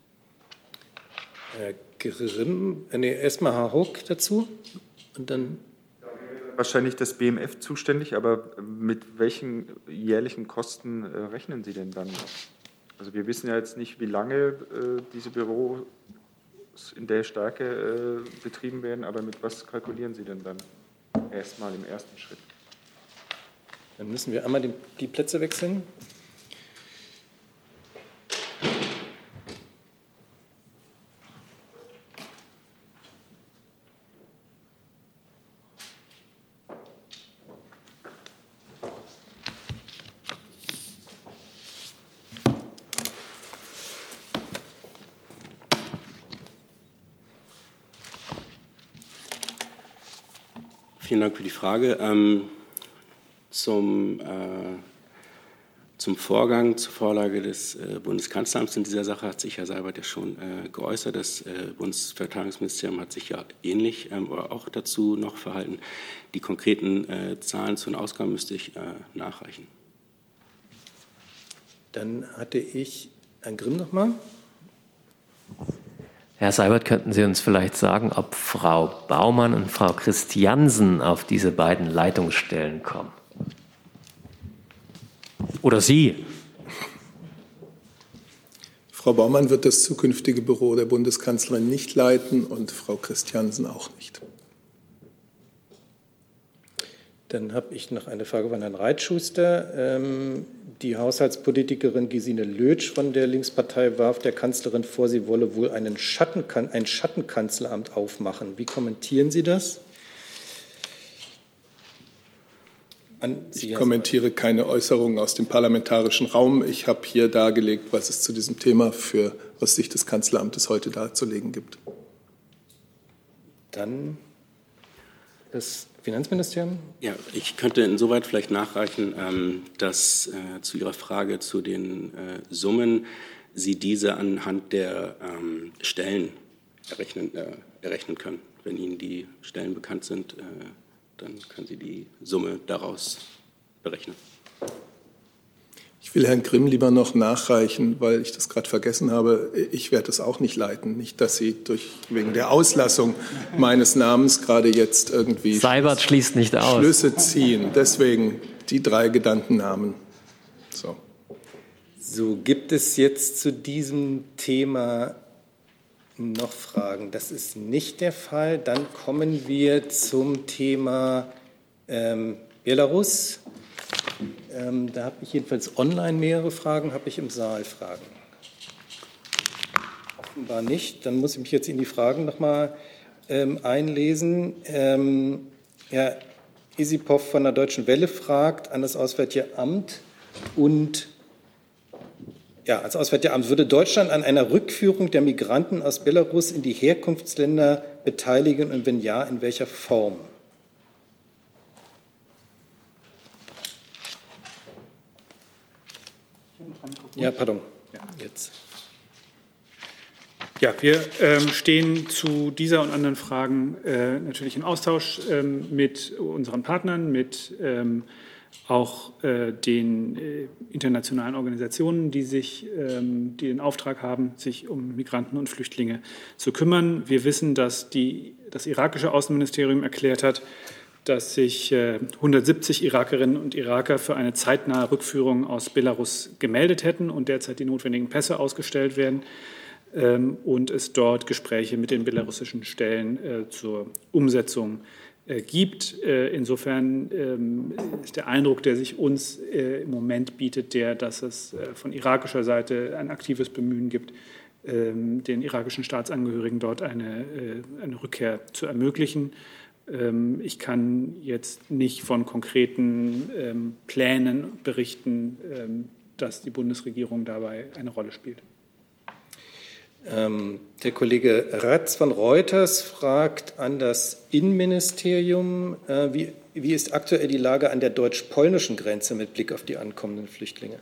Herr Grimm, äh, nee, erstmal Herr Huck dazu und dann... Wahrscheinlich das B M F zuständig, aber mit welchen jährlichen Kosten äh, rechnen Sie denn dann? Also wir wissen ja jetzt nicht, wie lange äh, diese Büros in der Stärke äh, betrieben werden, aber mit was kalkulieren Sie denn dann erstmal im ersten Schritt? Dann müssen wir einmal die, die Plätze wechseln. Vielen Dank für die Frage. Ähm, zum, äh, zum Vorgang, zur Vorlage des äh, Bundeskanzleramts in dieser Sache hat sich Herr Seibert ja schon äh, geäußert. Das äh, Bundesverteidigungsministerium hat sich ja ähnlich ähm, oder auch dazu noch verhalten. Die konkreten äh, Zahlen zu den Ausgaben müsste ich äh, nachreichen. Dann hatte ich Herrn Grimm noch mal. Herr Seibert, könnten Sie uns vielleicht sagen, ob Frau Baumann und Frau Christiansen auf diese beiden Leitungsstellen kommen? Oder Sie? Frau Baumann wird das zukünftige Büro der Bundeskanzlerin nicht leiten und Frau Christiansen auch nicht. Dann habe ich noch eine Frage von Herrn Reitschuster. Ähm, die Haushaltspolitikerin Gesine Lötsch von der Linkspartei warf der Kanzlerin vor, sie wolle wohl einen Schattenkan- ein Schattenkanzleramt aufmachen. Wie kommentieren Sie das? An Sie, ich kommentiere keine Äußerungen aus dem parlamentarischen Raum. Ich habe hier dargelegt, was es zu diesem Thema für aus Sicht des Kanzleramtes heute darzulegen gibt. Dann das Finanzministerium? Ja, ich könnte insoweit vielleicht nachreichen, ähm, dass äh, zu Ihrer Frage zu den äh, Summen Sie diese anhand der ähm, Stellen errechnen, äh, errechnen können. Wenn Ihnen die Stellen bekannt sind, äh, dann können Sie die Summe daraus berechnen. Ich will Herrn Grimm lieber noch nachreichen, weil ich das gerade vergessen habe. Ich werde das auch nicht leiten. Nicht, dass Sie durch, wegen der Auslassung meines Namens gerade jetzt irgendwie Seibert schließt nicht aus. Schlüsse ziehen. Deswegen die drei genannten Namen. So. So, gibt es jetzt zu diesem Thema noch Fragen? Das ist nicht der Fall. Dann kommen wir zum Thema ähm, Belarus. Ähm, da habe ich jedenfalls online mehrere Fragen, habe ich im Saal Fragen? Offenbar nicht. Dann muss ich mich jetzt in die Fragen noch mal ähm, einlesen. Ähm, Herr Isipov von der Deutschen Welle fragt an das Auswärtige Amt und Ja, als Auswärtiges Amt, würde Deutschland an einer Rückführung der Migranten aus Belarus in die Herkunftsländer beteiligen und wenn ja, in welcher Form? Ja, pardon. Jetzt. Ja, wir ähm, stehen zu dieser und anderen Fragen äh, natürlich im Austausch ähm, mit unseren Partnern, mit ähm, auch äh, den äh, internationalen Organisationen, die, sich, ähm, die den Auftrag haben, sich um Migranten und Flüchtlinge zu kümmern. Wir wissen, dass die, das irakische Außenministerium erklärt hat, dass sich äh, hundertsiebzig Irakerinnen und Iraker für eine zeitnahe Rückführung aus Belarus gemeldet hätten und derzeit die notwendigen Pässe ausgestellt werden ähm, und es dort Gespräche mit den belarussischen Stellen äh, zur Umsetzung gibt. Insofern ist der Eindruck, der sich uns im Moment bietet, der, dass es von irakischer Seite ein aktives Bemühen gibt, den irakischen Staatsangehörigen dort eine, eine Rückkehr zu ermöglichen. Ich kann jetzt nicht von konkreten Plänen berichten, dass die Bundesregierung dabei eine Rolle spielt. Ähm, der Kollege Ratz von Reuters fragt an das Innenministerium, äh, wie, wie ist aktuell die Lage an der deutsch-polnischen Grenze mit Blick auf die ankommenden Flüchtlinge?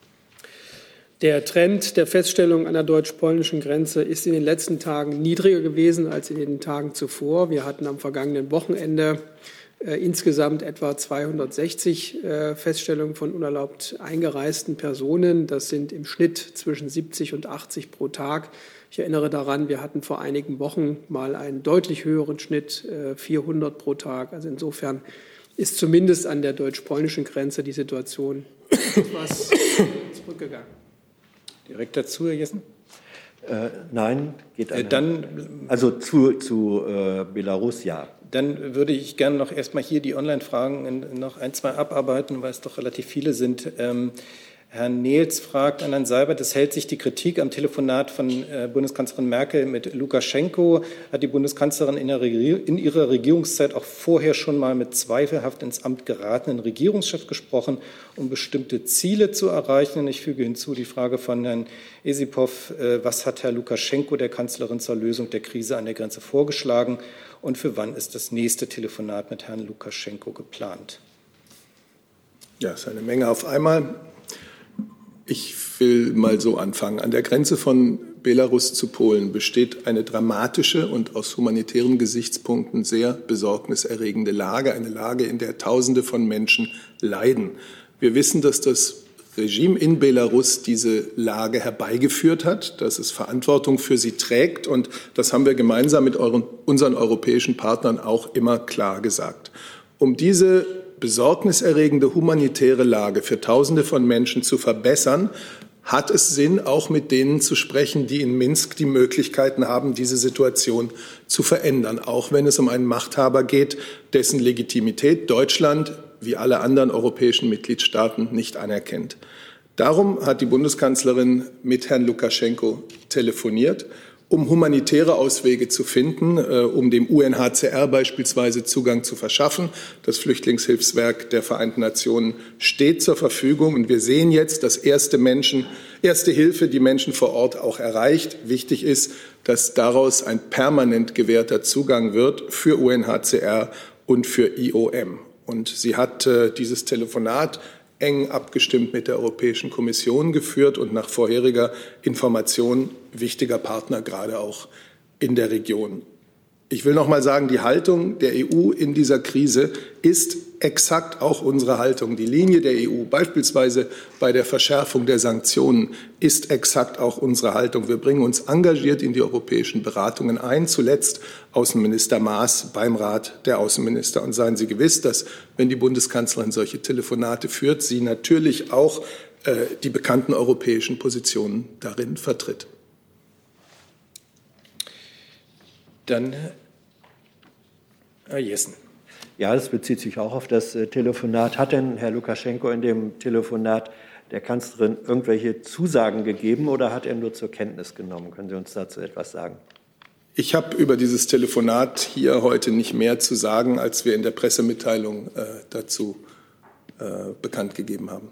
Der Trend der Feststellung an der deutsch-polnischen Grenze ist in den letzten Tagen niedriger gewesen als in den Tagen zuvor. Wir hatten am vergangenen Wochenende äh, insgesamt etwa zweihundertsechzig äh, Feststellungen von unerlaubt eingereisten Personen. Das sind im Schnitt zwischen siebzig und achtzig pro Tag. Ich erinnere daran, wir hatten vor einigen Wochen mal einen deutlich höheren Schnitt, äh, vierhundert pro Tag. Also insofern ist zumindest an der deutsch-polnischen Grenze die Situation etwas zurückgegangen. Direkt dazu, Herr Jessen? Äh, nein, geht äh, dann. Also zu, zu äh, Belarus, ja. Dann würde ich gerne noch erstmal hier die Online-Fragen noch ein, zwei abarbeiten, weil es doch relativ viele sind. Ähm, Herr Nehls fragt an Herrn Seibert, es hält sich die Kritik am Telefonat von äh, Bundeskanzlerin Merkel mit Lukaschenko. Hat die Bundeskanzlerin in, der in ihrer Regierungszeit auch vorher schon mal mit zweifelhaft ins Amt geratenen Regierungschef gesprochen, um bestimmte Ziele zu erreichen? Und ich füge hinzu die Frage von Herrn Esipov, äh, was hat Herr Lukaschenko der Kanzlerin zur Lösung der Krise an der Grenze vorgeschlagen? Und für wann ist das nächste Telefonat mit Herrn Lukaschenko geplant? Ja, es ist eine Menge auf einmal. Ich will mal so anfangen. An der Grenze von Belarus zu Polen besteht eine dramatische und aus humanitären Gesichtspunkten sehr besorgniserregende Lage, eine Lage, in der Tausende von Menschen leiden. Wir wissen, dass das Regime in Belarus diese Lage herbeigeführt hat, dass es Verantwortung für sie trägt, und das haben wir gemeinsam mit euren, unseren europäischen Partnern auch immer klar gesagt. Um diese besorgniserregende humanitäre Lage für Tausende von Menschen zu verbessern, hat es Sinn, auch mit denen zu sprechen, die in Minsk die Möglichkeiten haben, diese Situation zu verändern, auch wenn es um einen Machthaber geht, dessen Legitimität Deutschland wie alle anderen europäischen Mitgliedstaaten nicht anerkennt. Darum hat die Bundeskanzlerin mit Herrn Lukaschenko telefoniert, um humanitäre Auswege zu finden, äh, um dem U N H C R beispielsweise Zugang zu verschaffen. Das Flüchtlingshilfswerk der Vereinten Nationen steht zur Verfügung, und wir sehen jetzt, dass erste Menschen, erste Hilfe die Menschen vor Ort auch erreicht. Wichtig ist, dass daraus ein permanent gewährter Zugang wird für U N H C R und für I O M. Und sie hat äh, dieses Telefonat eng abgestimmt mit der Europäischen Kommission geführt und nach vorheriger Information wichtiger Partner, gerade auch in der Region. Ich will noch mal sagen, die Haltung der E U in dieser Krise ist exakt auch unsere Haltung. Die Linie der E U, beispielsweise bei der Verschärfung der Sanktionen, ist exakt auch unsere Haltung. Wir bringen uns engagiert in die europäischen Beratungen ein, zuletzt Außenminister Maas beim Rat der Außenminister. Und seien Sie gewiss, dass, wenn die Bundeskanzlerin solche Telefonate führt, sie natürlich auch die bekannten europäischen Positionen darin vertritt. Dann Herr Jessen. Ja, das bezieht sich auch auf das Telefonat. Hat denn Herr Lukaschenko in dem Telefonat der Kanzlerin irgendwelche Zusagen gegeben oder hat er nur zur Kenntnis genommen? Können Sie uns dazu etwas sagen? Ich habe über dieses Telefonat hier heute nicht mehr zu sagen, als wir in der Pressemitteilung äh, dazu äh, bekannt gegeben haben.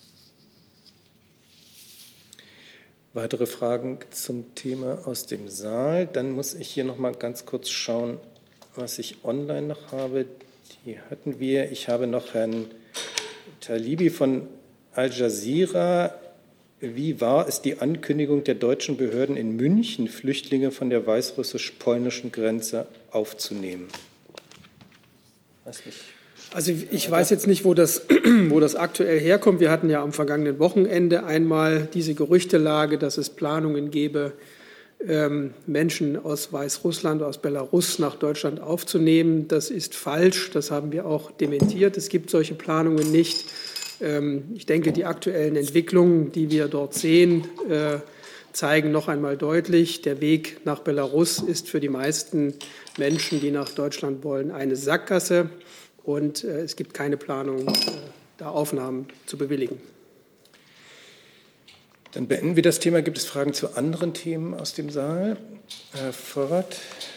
Weitere Fragen zum Thema aus dem Saal? Dann muss ich hier noch mal ganz kurz schauen, was ich online noch habe. Die hatten wir. Ich habe noch Herrn Talibi von Al Jazeera. Wie wahr ist die Ankündigung der deutschen Behörden in München, Flüchtlinge von der weißrussisch-polnischen Grenze aufzunehmen? Weiß nicht. Also ich weiß jetzt nicht, wo das, wo das aktuell herkommt. Wir hatten ja am vergangenen Wochenende einmal diese Gerüchtelage, dass es Planungen gäbe, ähm, Menschen aus Weißrussland, aus Belarus nach Deutschland aufzunehmen. Das ist falsch. Das haben wir auch dementiert. Es gibt solche Planungen nicht. Ähm, ich denke, die aktuellen Entwicklungen, die wir dort sehen, äh, zeigen noch einmal deutlich, der Weg nach Belarus ist für die meisten Menschen, die nach Deutschland wollen, eine Sackgasse. Und äh, es gibt keine Planung, äh, da Aufnahmen zu bewilligen. Dann beenden wir das Thema. Gibt es Fragen zu anderen Themen aus dem Saal? Herr Vorrat.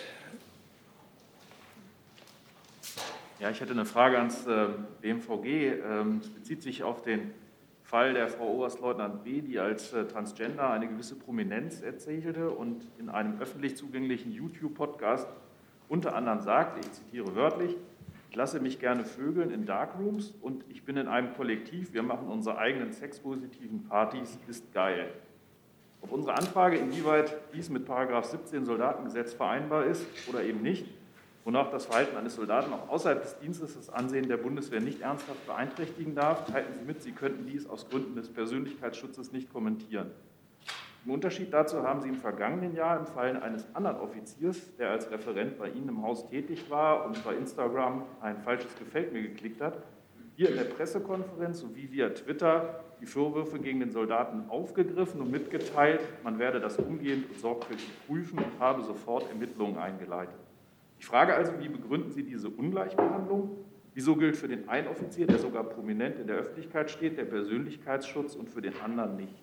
Ja, ich hätte eine Frage ans äh, B M V G. Ähm, es bezieht sich auf den Fall der Frau Oberstleutnant B., die als äh, Transgender eine gewisse Prominenz erzielte und in einem öffentlich zugänglichen YouTube-Podcast unter anderem sagte, ich zitiere wörtlich, ich lasse mich gerne vögeln in Darkrooms und ich bin in einem Kollektiv, wir machen unsere eigenen sexpositiven Partys, ist geil. Auf unsere Anfrage, inwieweit dies mit Paragraph siebzehn Soldatengesetz vereinbar ist oder eben nicht, wonach das Verhalten eines Soldaten auch außerhalb des Dienstes das Ansehen der Bundeswehr nicht ernsthaft beeinträchtigen darf, teilten Sie mit, Sie könnten dies aus Gründen des Persönlichkeitsschutzes nicht kommentieren. Im Unterschied dazu haben Sie im vergangenen Jahr im Fall eines anderen Offiziers, der als Referent bei Ihnen im Haus tätig war und bei Instagram ein falsches Gefällt mir geklickt hat, hier in der Pressekonferenz sowie via Twitter die Vorwürfe gegen den Soldaten aufgegriffen und mitgeteilt, man werde das umgehend und sorgfältig prüfen und habe sofort Ermittlungen eingeleitet. Ich frage also, wie begründen Sie diese Ungleichbehandlung? Wieso gilt für den einen Offizier, der sogar prominent in der Öffentlichkeit steht, der Persönlichkeitsschutz und für den anderen nicht?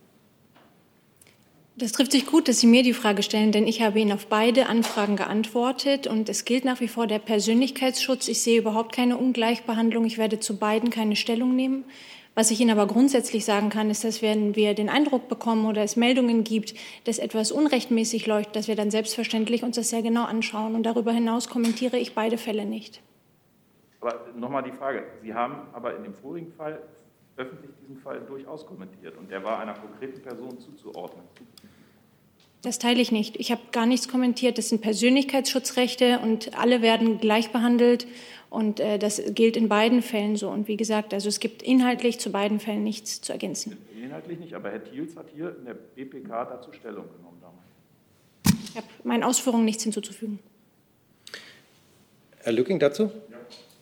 Das trifft sich gut, dass Sie mir die Frage stellen, denn ich habe Ihnen auf beide Anfragen geantwortet und es gilt nach wie vor der Persönlichkeitsschutz. Ich sehe überhaupt keine Ungleichbehandlung. Ich werde zu beiden keine Stellung nehmen. Was ich Ihnen aber grundsätzlich sagen kann, ist, dass wenn wir den Eindruck bekommen oder es Meldungen gibt, dass etwas unrechtmäßig läuft, dass wir dann selbstverständlich uns das sehr genau anschauen. Und darüber hinaus kommentiere ich beide Fälle nicht. Aber nochmal die Frage. Sie haben aber in dem vorigen Fall öffentlich diesen Fall durchaus kommentiert und der war einer konkreten Person zuzuordnen. Das teile ich nicht. Ich habe gar nichts kommentiert. Das sind Persönlichkeitsschutzrechte und alle werden gleich behandelt. Und äh, das gilt in beiden Fällen so. Und wie gesagt, also es gibt inhaltlich zu beiden Fällen nichts zu ergänzen. Inhaltlich nicht, aber Herr Thiels hat hier in der B P K dazu Stellung genommen damals. Ich habe meinen Ausführungen nichts hinzuzufügen. Herr Lücking dazu? Ja.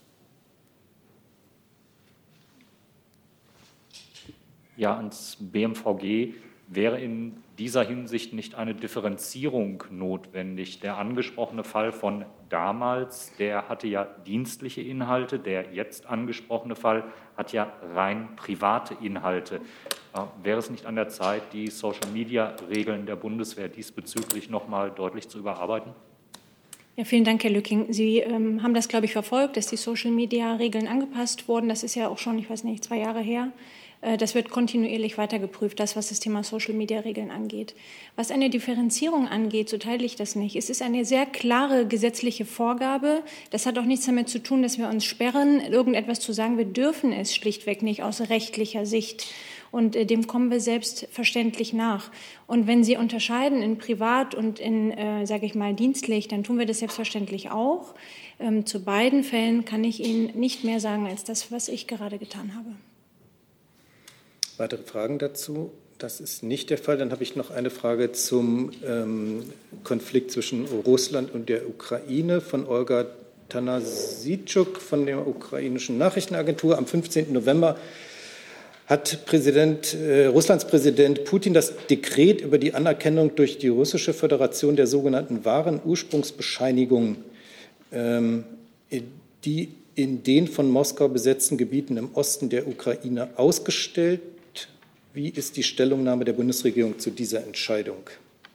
Ja, ans B M V G. Wäre in dieser Hinsicht nicht eine Differenzierung notwendig? Der angesprochene Fall von damals, der hatte ja dienstliche Inhalte. Der jetzt angesprochene Fall hat ja rein private Inhalte. Äh, wäre es nicht an der Zeit, die Social-Media-Regeln der Bundeswehr diesbezüglich noch mal deutlich zu überarbeiten? Ja, vielen Dank, Herr Lücking. Sie ähm, haben das, glaube ich, verfolgt, dass die Social-Media-Regeln angepasst wurden. Das ist ja auch schon, ich weiß nicht, zwei Jahre her. Das wird kontinuierlich weiter geprüft, das, was das Thema Social-Media-Regeln angeht. Was eine Differenzierung angeht, so teile ich das nicht. Es ist eine sehr klare gesetzliche Vorgabe. Das hat auch nichts damit zu tun, dass wir uns sperren, irgendetwas zu sagen. Wir dürfen es schlichtweg nicht aus rechtlicher Sicht. Und äh, dem kommen wir selbstverständlich nach. Und wenn Sie unterscheiden in privat und in, äh, sage ich mal, dienstlich, dann tun wir das selbstverständlich auch. Ähm, zu beiden Fällen kann ich Ihnen nicht mehr sagen als das, was ich gerade getan habe. Weitere Fragen dazu? Das ist nicht der Fall. Dann habe ich noch eine Frage zum ähm, Konflikt zwischen Russland und der Ukraine von Olga Tanasitschuk von der ukrainischen Nachrichtenagentur. Am fünfzehnten November hat Präsident, äh, Russlands Präsident Putin das Dekret über die Anerkennung durch die Russische Föderation der sogenannten Warenursprungsbescheinigung, ähm, die in den von Moskau besetzten Gebieten im Osten der Ukraine ausgestellt. Wie ist die Stellungnahme der Bundesregierung zu dieser Entscheidung?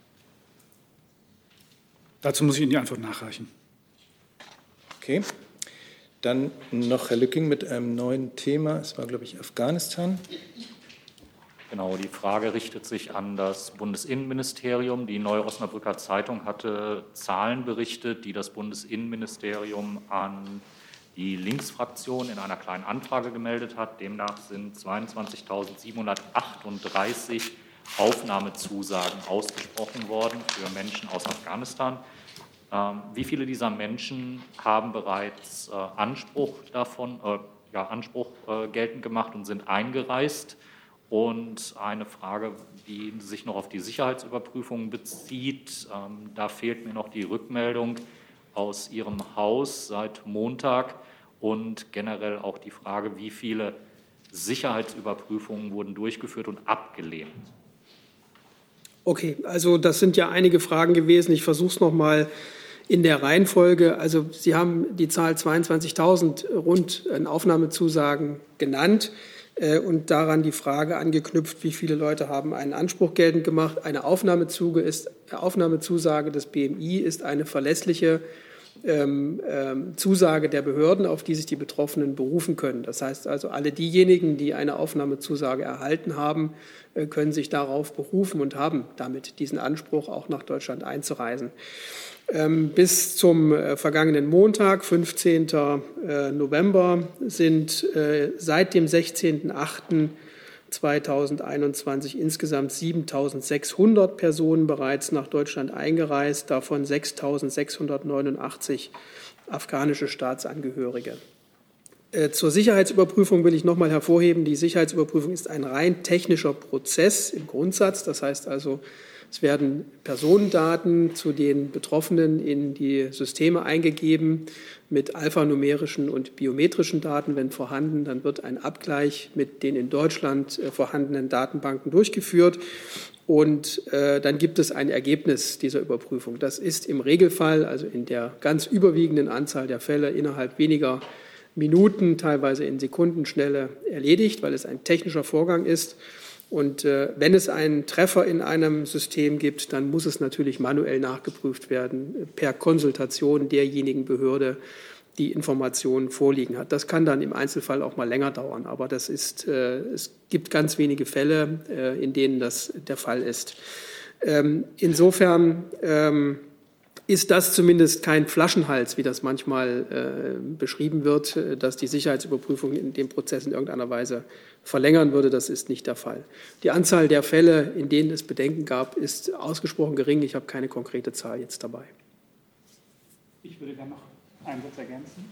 Dazu muss ich Ihnen die Antwort nachreichen. Okay. Dann noch Herr Lücking mit einem neuen Thema. Es war, glaube ich, Afghanistan. Genau, die Frage richtet sich an das Bundesinnenministerium. Die Neue Osnabrücker Zeitung hatte Zahlen berichtet, die das Bundesinnenministerium an die Linksfraktion in einer kleinen Anfrage gemeldet hat. Demnach sind zweiundzwanzigtausendsiebenhundertachtunddreißig Aufnahmezusagen ausgesprochen worden für Menschen aus Afghanistan. Ähm, wie viele dieser Menschen haben bereits äh, Anspruch davon, äh, ja, Anspruch äh, geltend gemacht und sind eingereist? Und eine Frage, die sich noch auf die Sicherheitsüberprüfung bezieht. Ähm, da fehlt mir noch die Rückmeldung aus Ihrem Haus seit Montag und generell auch die Frage, wie viele Sicherheitsüberprüfungen wurden durchgeführt und abgelehnt. Okay, also das sind ja einige Fragen gewesen. Ich versuche es noch mal in der Reihenfolge. Also Sie haben die Zahl zweiundzwanzigtausend rund an Aufnahmezusagen genannt äh, und daran die Frage angeknüpft, wie viele Leute haben einen Anspruch geltend gemacht. Eine Aufnahmezuge ist, Aufnahmezusage des B M I ist eine verlässliche ähm, ähm, Zusage der Behörden, auf die sich die Betroffenen berufen können. Das heißt also, alle diejenigen, die eine Aufnahmezusage erhalten haben, äh, können sich darauf berufen und haben damit diesen Anspruch, auch nach Deutschland einzureisen. Bis zum vergangenen Montag, fünfzehnten November, sind seit dem sechzehnten achten zweitausendeinundzwanzig insgesamt siebentausendsechshundert Personen bereits nach Deutschland eingereist, davon sechstausendsechshundertneunundachtzig afghanische Staatsangehörige. Zur Sicherheitsüberprüfung will ich noch mal hervorheben, die Sicherheitsüberprüfung ist ein rein technischer Prozess im Grundsatz. Das heißt also, es werden Personendaten zu den Betroffenen in die Systeme eingegeben mit alphanumerischen und biometrischen Daten, wenn vorhanden. Dann wird ein Abgleich mit den in Deutschland vorhandenen Datenbanken durchgeführt. Und äh, dann gibt es ein Ergebnis dieser Überprüfung. Das ist im Regelfall, also in der ganz überwiegenden Anzahl der Fälle, innerhalb weniger Minuten, teilweise in Sekundenschnelle erledigt, weil es ein technischer Vorgang ist. Und äh, wenn es einen Treffer in einem System gibt, dann muss es natürlich manuell nachgeprüft werden, per Konsultation derjenigen Behörde, die Informationen vorliegen hat. Das kann dann im Einzelfall auch mal länger dauern, aber das ist, äh, es gibt ganz wenige Fälle, äh, in denen das der Fall ist. Ähm, insofern ähm, ist das zumindest kein Flaschenhals, wie das manchmal äh, beschrieben wird, dass die Sicherheitsüberprüfung in dem Prozess in irgendeiner Weise verlängern würde. Das ist nicht der Fall. Die Anzahl der Fälle, in denen es Bedenken gab, ist ausgesprochen gering. Ich habe keine konkrete Zahl jetzt dabei. Ich würde gerne noch einen Satz ergänzen.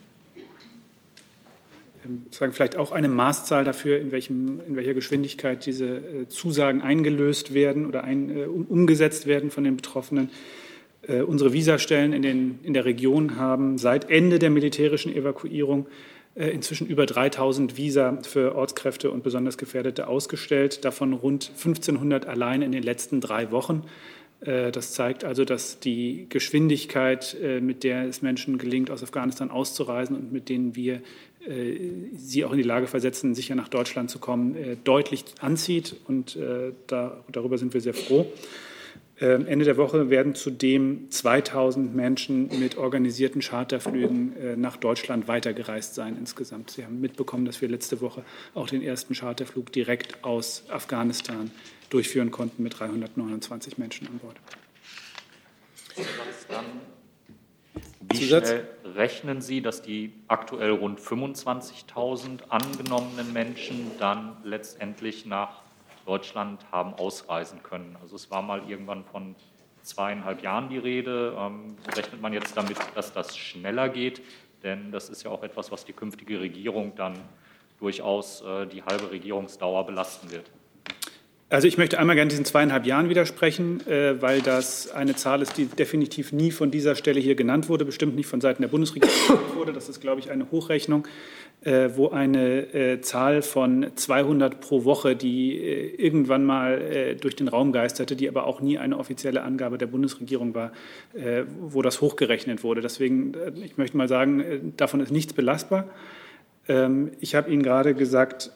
Ähm, sagen vielleicht auch eine Maßzahl dafür, in, welchem, in welcher Geschwindigkeit diese äh, Zusagen eingelöst werden oder ein, äh, umgesetzt werden von den Betroffenen. Unsere Visastellen in, den, in der Region haben seit Ende der militärischen Evakuierung äh, inzwischen über dreitausend Visa für Ortskräfte und besonders Gefährdete ausgestellt, davon rund fünfzehnhundert allein in den letzten drei Wochen. Äh, das zeigt also, dass die Geschwindigkeit, äh, mit der es Menschen gelingt, aus Afghanistan auszureisen und mit denen wir äh, sie auch in die Lage versetzen, sicher nach Deutschland zu kommen, äh, deutlich anzieht. Und äh, da, darüber sind wir sehr froh. Ende der Woche werden zudem zweitausend Menschen mit organisierten Charterflügen nach Deutschland weitergereist sein insgesamt. Sie haben mitbekommen, dass wir letzte Woche auch den ersten Charterflug direkt aus Afghanistan durchführen konnten mit dreihundertneunundzwanzig Menschen an Bord. Wie schnell rechnen Sie, dass die aktuell rund fünfundzwanzigtausend angenommenen Menschen dann letztendlich nach Deutschland haben ausreisen können? Also es war mal irgendwann von zweieinhalb Jahren die Rede. Ähm, rechnet man jetzt damit, dass das schneller geht? Denn das ist ja auch etwas, was die künftige Regierung dann durchaus äh, die halbe Regierungsdauer belasten wird. Also ich möchte einmal gerne diesen zweieinhalb Jahren widersprechen, äh, weil das eine Zahl ist, die definitiv nie von dieser Stelle hier genannt wurde, bestimmt nicht von Seiten der Bundesregierung genannt wurde. Das ist, glaube ich, eine Hochrechnung, äh, wo eine äh, Zahl von zweihundert pro Woche, die äh, irgendwann mal äh, durch den Raum geisterte, die aber auch nie eine offizielle Angabe der Bundesregierung war, äh, wo das hochgerechnet wurde. Deswegen, äh, ich möchte mal sagen, äh, davon ist nichts belastbar. Ich habe Ihnen gerade gesagt,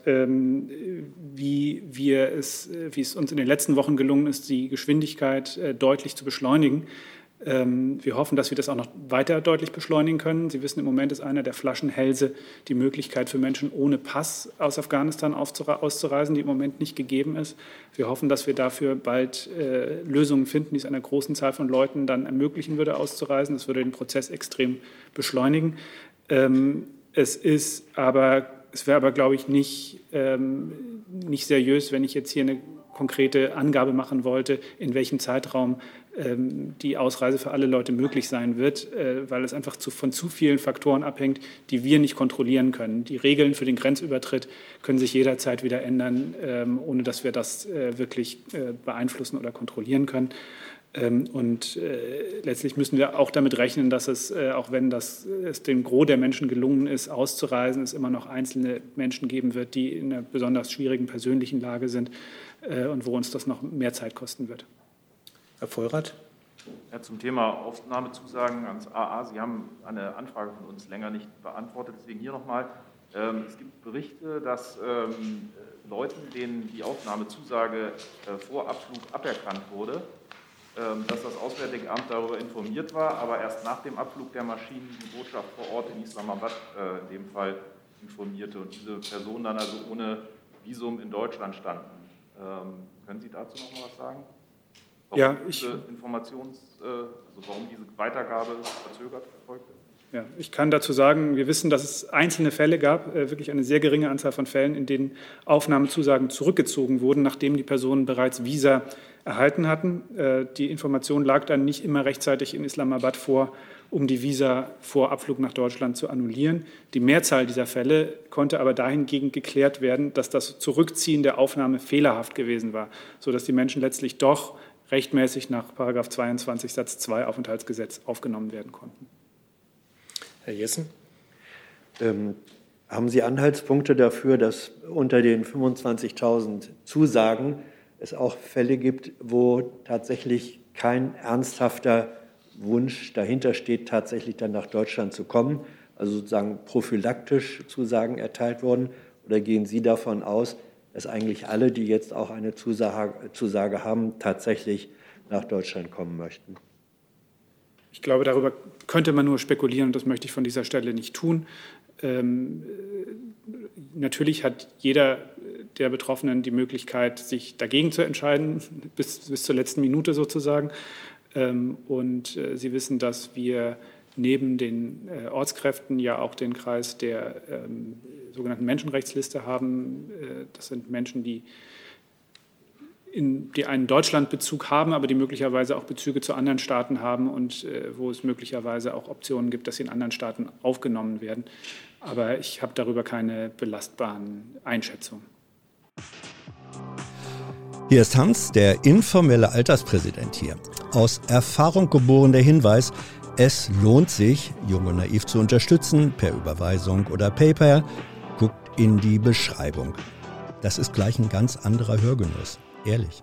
wie, wir es, wie es uns in den letzten Wochen gelungen ist, die Geschwindigkeit deutlich zu beschleunigen. Wir hoffen, dass wir das auch noch weiter deutlich beschleunigen können. Sie wissen, im Moment ist einer der Flaschenhälse die Möglichkeit für Menschen ohne Pass aus Afghanistan auszureisen, die im Moment nicht gegeben ist. Wir hoffen, dass wir dafür bald Lösungen finden, die es einer großen Zahl von Leuten dann ermöglichen würde, auszureisen. Das würde den Prozess extrem beschleunigen. Es ist aber, es wäre aber, glaube ich, nicht, ähm, nicht seriös, wenn ich jetzt hier eine konkrete Angabe machen wollte, in welchem Zeitraum ähm, die Ausreise für alle Leute möglich sein wird, äh, weil es einfach zu, von zu vielen Faktoren abhängt, die wir nicht kontrollieren können. Die Regeln für den Grenzübertritt können sich jederzeit wieder ändern, ähm, ohne dass wir das äh, wirklich äh, beeinflussen oder kontrollieren können. Und äh, letztlich müssen wir auch damit rechnen, dass es, äh, auch wenn das, es dem Gros der Menschen gelungen ist, auszureisen, es immer noch einzelne Menschen geben wird, die in einer besonders schwierigen persönlichen Lage sind äh, und wo uns das noch mehr Zeit kosten wird. Herr Vollrath. Ja, zum Thema Aufnahmezusagen ans A A. Sie haben eine Anfrage von uns länger nicht beantwortet, deswegen hier nochmal. Ähm, es gibt Berichte, dass ähm, Leuten, denen die Aufnahmezusage äh, vor Abflug aberkannt wurde, dass das Auswärtige Amt darüber informiert war, aber erst nach dem Abflug der Maschinen die Botschaft vor Ort in Islamabad äh, in dem Fall informierte und diese Personen dann also ohne Visum in Deutschland standen. Ähm, können Sie dazu noch mal was sagen? Warum ja, ich, diese Informations, äh, also warum diese Weitergabe verzögert erfolgte? Ja, ich kann dazu sagen, wir wissen, dass es einzelne Fälle gab, äh, wirklich eine sehr geringe Anzahl von Fällen, in denen Aufnahmezusagen zurückgezogen wurden, nachdem die Personen bereits Visa erhalten hatten. Die Information lag dann nicht immer rechtzeitig in Islamabad vor, um die Visa vor Abflug nach Deutschland zu annullieren. Die Mehrzahl dieser Fälle konnte aber dahingegen geklärt werden, dass das Zurückziehen der Aufnahme fehlerhaft gewesen war, sodass die Menschen letztlich doch rechtmäßig nach Paragraph zweiundzwanzig Satz zwei Aufenthaltsgesetz aufgenommen werden konnten. Herr Jessen. Ähm, haben Sie Anhaltspunkte dafür, dass unter den fünfundzwanzigtausend Zusagen es auch Fälle gibt, wo tatsächlich kein ernsthafter Wunsch dahinter steht, tatsächlich dann nach Deutschland zu kommen, also sozusagen prophylaktisch Zusagen erteilt wurden? Oder gehen Sie davon aus, dass eigentlich alle, die jetzt auch eine Zusage, Zusage haben, tatsächlich nach Deutschland kommen möchten? Ich glaube, darüber könnte man nur spekulieren und das möchte ich von dieser Stelle nicht tun. Ähm, natürlich hat jeder der Betroffenen die Möglichkeit, sich dagegen zu entscheiden, bis, bis zur letzten Minute sozusagen. Ähm, und äh, Sie wissen, dass wir neben den äh, Ortskräften ja auch den Kreis der ähm, sogenannten Menschenrechtsliste haben. Äh, das sind Menschen, die, in, die einen Deutschlandbezug haben, aber die möglicherweise auch Bezüge zu anderen Staaten haben und äh, wo es möglicherweise auch Optionen gibt, dass sie in anderen Staaten aufgenommen werden. Aber ich habe darüber keine belastbaren Einschätzungen. Hier ist Hans, der informelle Alterspräsident hier. Aus Erfahrung geboren der Hinweis, es lohnt sich, Jung und Naiv zu unterstützen, per Überweisung oder PayPal. Guckt in die Beschreibung. Das ist gleich ein ganz anderer Hörgenuss, ehrlich.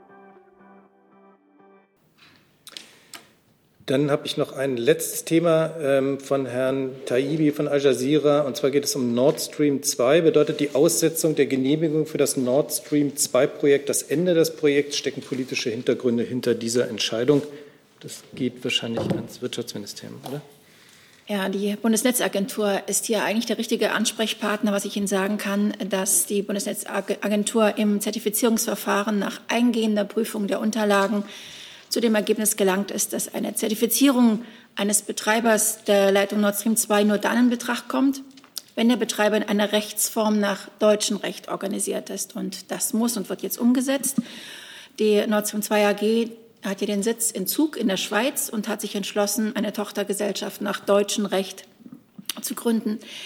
Dann habe ich noch ein letztes Thema ähm, von Herrn Taibbi von Al Jazeera. Und zwar geht es um Nord Stream zwei. Bedeutet die Aussetzung der Genehmigung für das Nord Stream zwei Projekt das Ende des Projekts? Stecken politische Hintergründe hinter dieser Entscheidung? Das geht wahrscheinlich ans Wirtschaftsministerium, oder? Ja, die Bundesnetzagentur ist hier eigentlich der richtige Ansprechpartner. Was ich Ihnen sagen kann, dass die Bundesnetzagentur im Zertifizierungsverfahren nach eingehender Prüfung der Unterlagen zu dem Ergebnis gelangt ist, dass eine Zertifizierung eines Betreibers der Leitung Nord Stream zwei nur dann in Betracht kommt, wenn der Betreiber in einer Rechtsform nach deutschem Recht organisiert ist. Und das muss und wird jetzt umgesetzt. Die Nord Stream zwei A G hat hier den Sitz in Zug in der Schweiz und hat sich entschlossen, eine Tochtergesellschaft nach deutschem Recht zu gründen.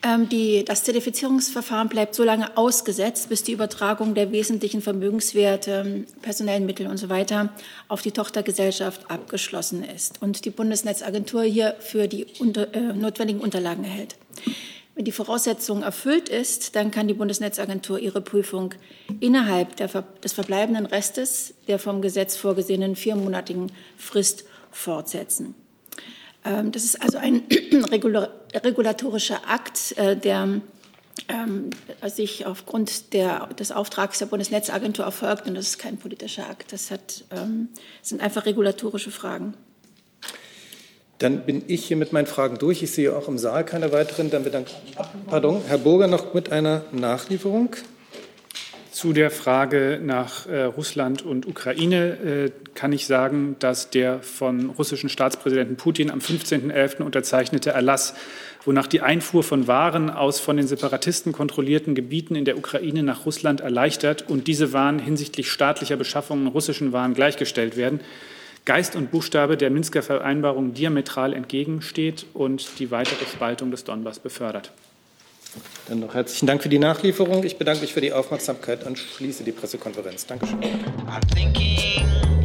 Ähm, die, das Zertifizierungsverfahren bleibt so lange ausgesetzt, bis die Übertragung der wesentlichen Vermögenswerte, personellen Mittel und so weiter auf die Tochtergesellschaft abgeschlossen ist und die Bundesnetzagentur hierfür die unter, äh, notwendigen Unterlagen erhält. Wenn die Voraussetzung erfüllt ist, dann kann die Bundesnetzagentur ihre Prüfung innerhalb der, des verbleibenden Restes der vom Gesetz vorgesehenen viermonatigen Frist fortsetzen. Ähm, das ist also ein regulatorischer Akt, äh, der ähm, sich aufgrund der, des Auftrags der Bundesnetzagentur erfolgt, und das ist kein politischer Akt. Das hat, ähm, sind einfach regulatorische Fragen. Dann bin ich hier mit meinen Fragen durch. Ich sehe auch im Saal keine weiteren. Dann bedanke ich. Pardon, Herr Burger noch mit einer Nachlieferung. Zu der Frage nach äh, Russland und Ukraine äh, kann ich sagen, dass der von russischen Staatspräsidenten Putin am fünfzehnten elften unterzeichnete Erlass, wonach die Einfuhr von Waren aus von den Separatisten kontrollierten Gebieten in der Ukraine nach Russland erleichtert und diese Waren hinsichtlich staatlicher Beschaffungen russischen Waren gleichgestellt werden, Geist und Buchstabe der Minsker Vereinbarung diametral entgegensteht und die weitere Spaltung des Donbass befördert. Dann noch herzlichen Dank für die Nachlieferung. Ich bedanke mich für die Aufmerksamkeit und schließe die Pressekonferenz. Dankeschön.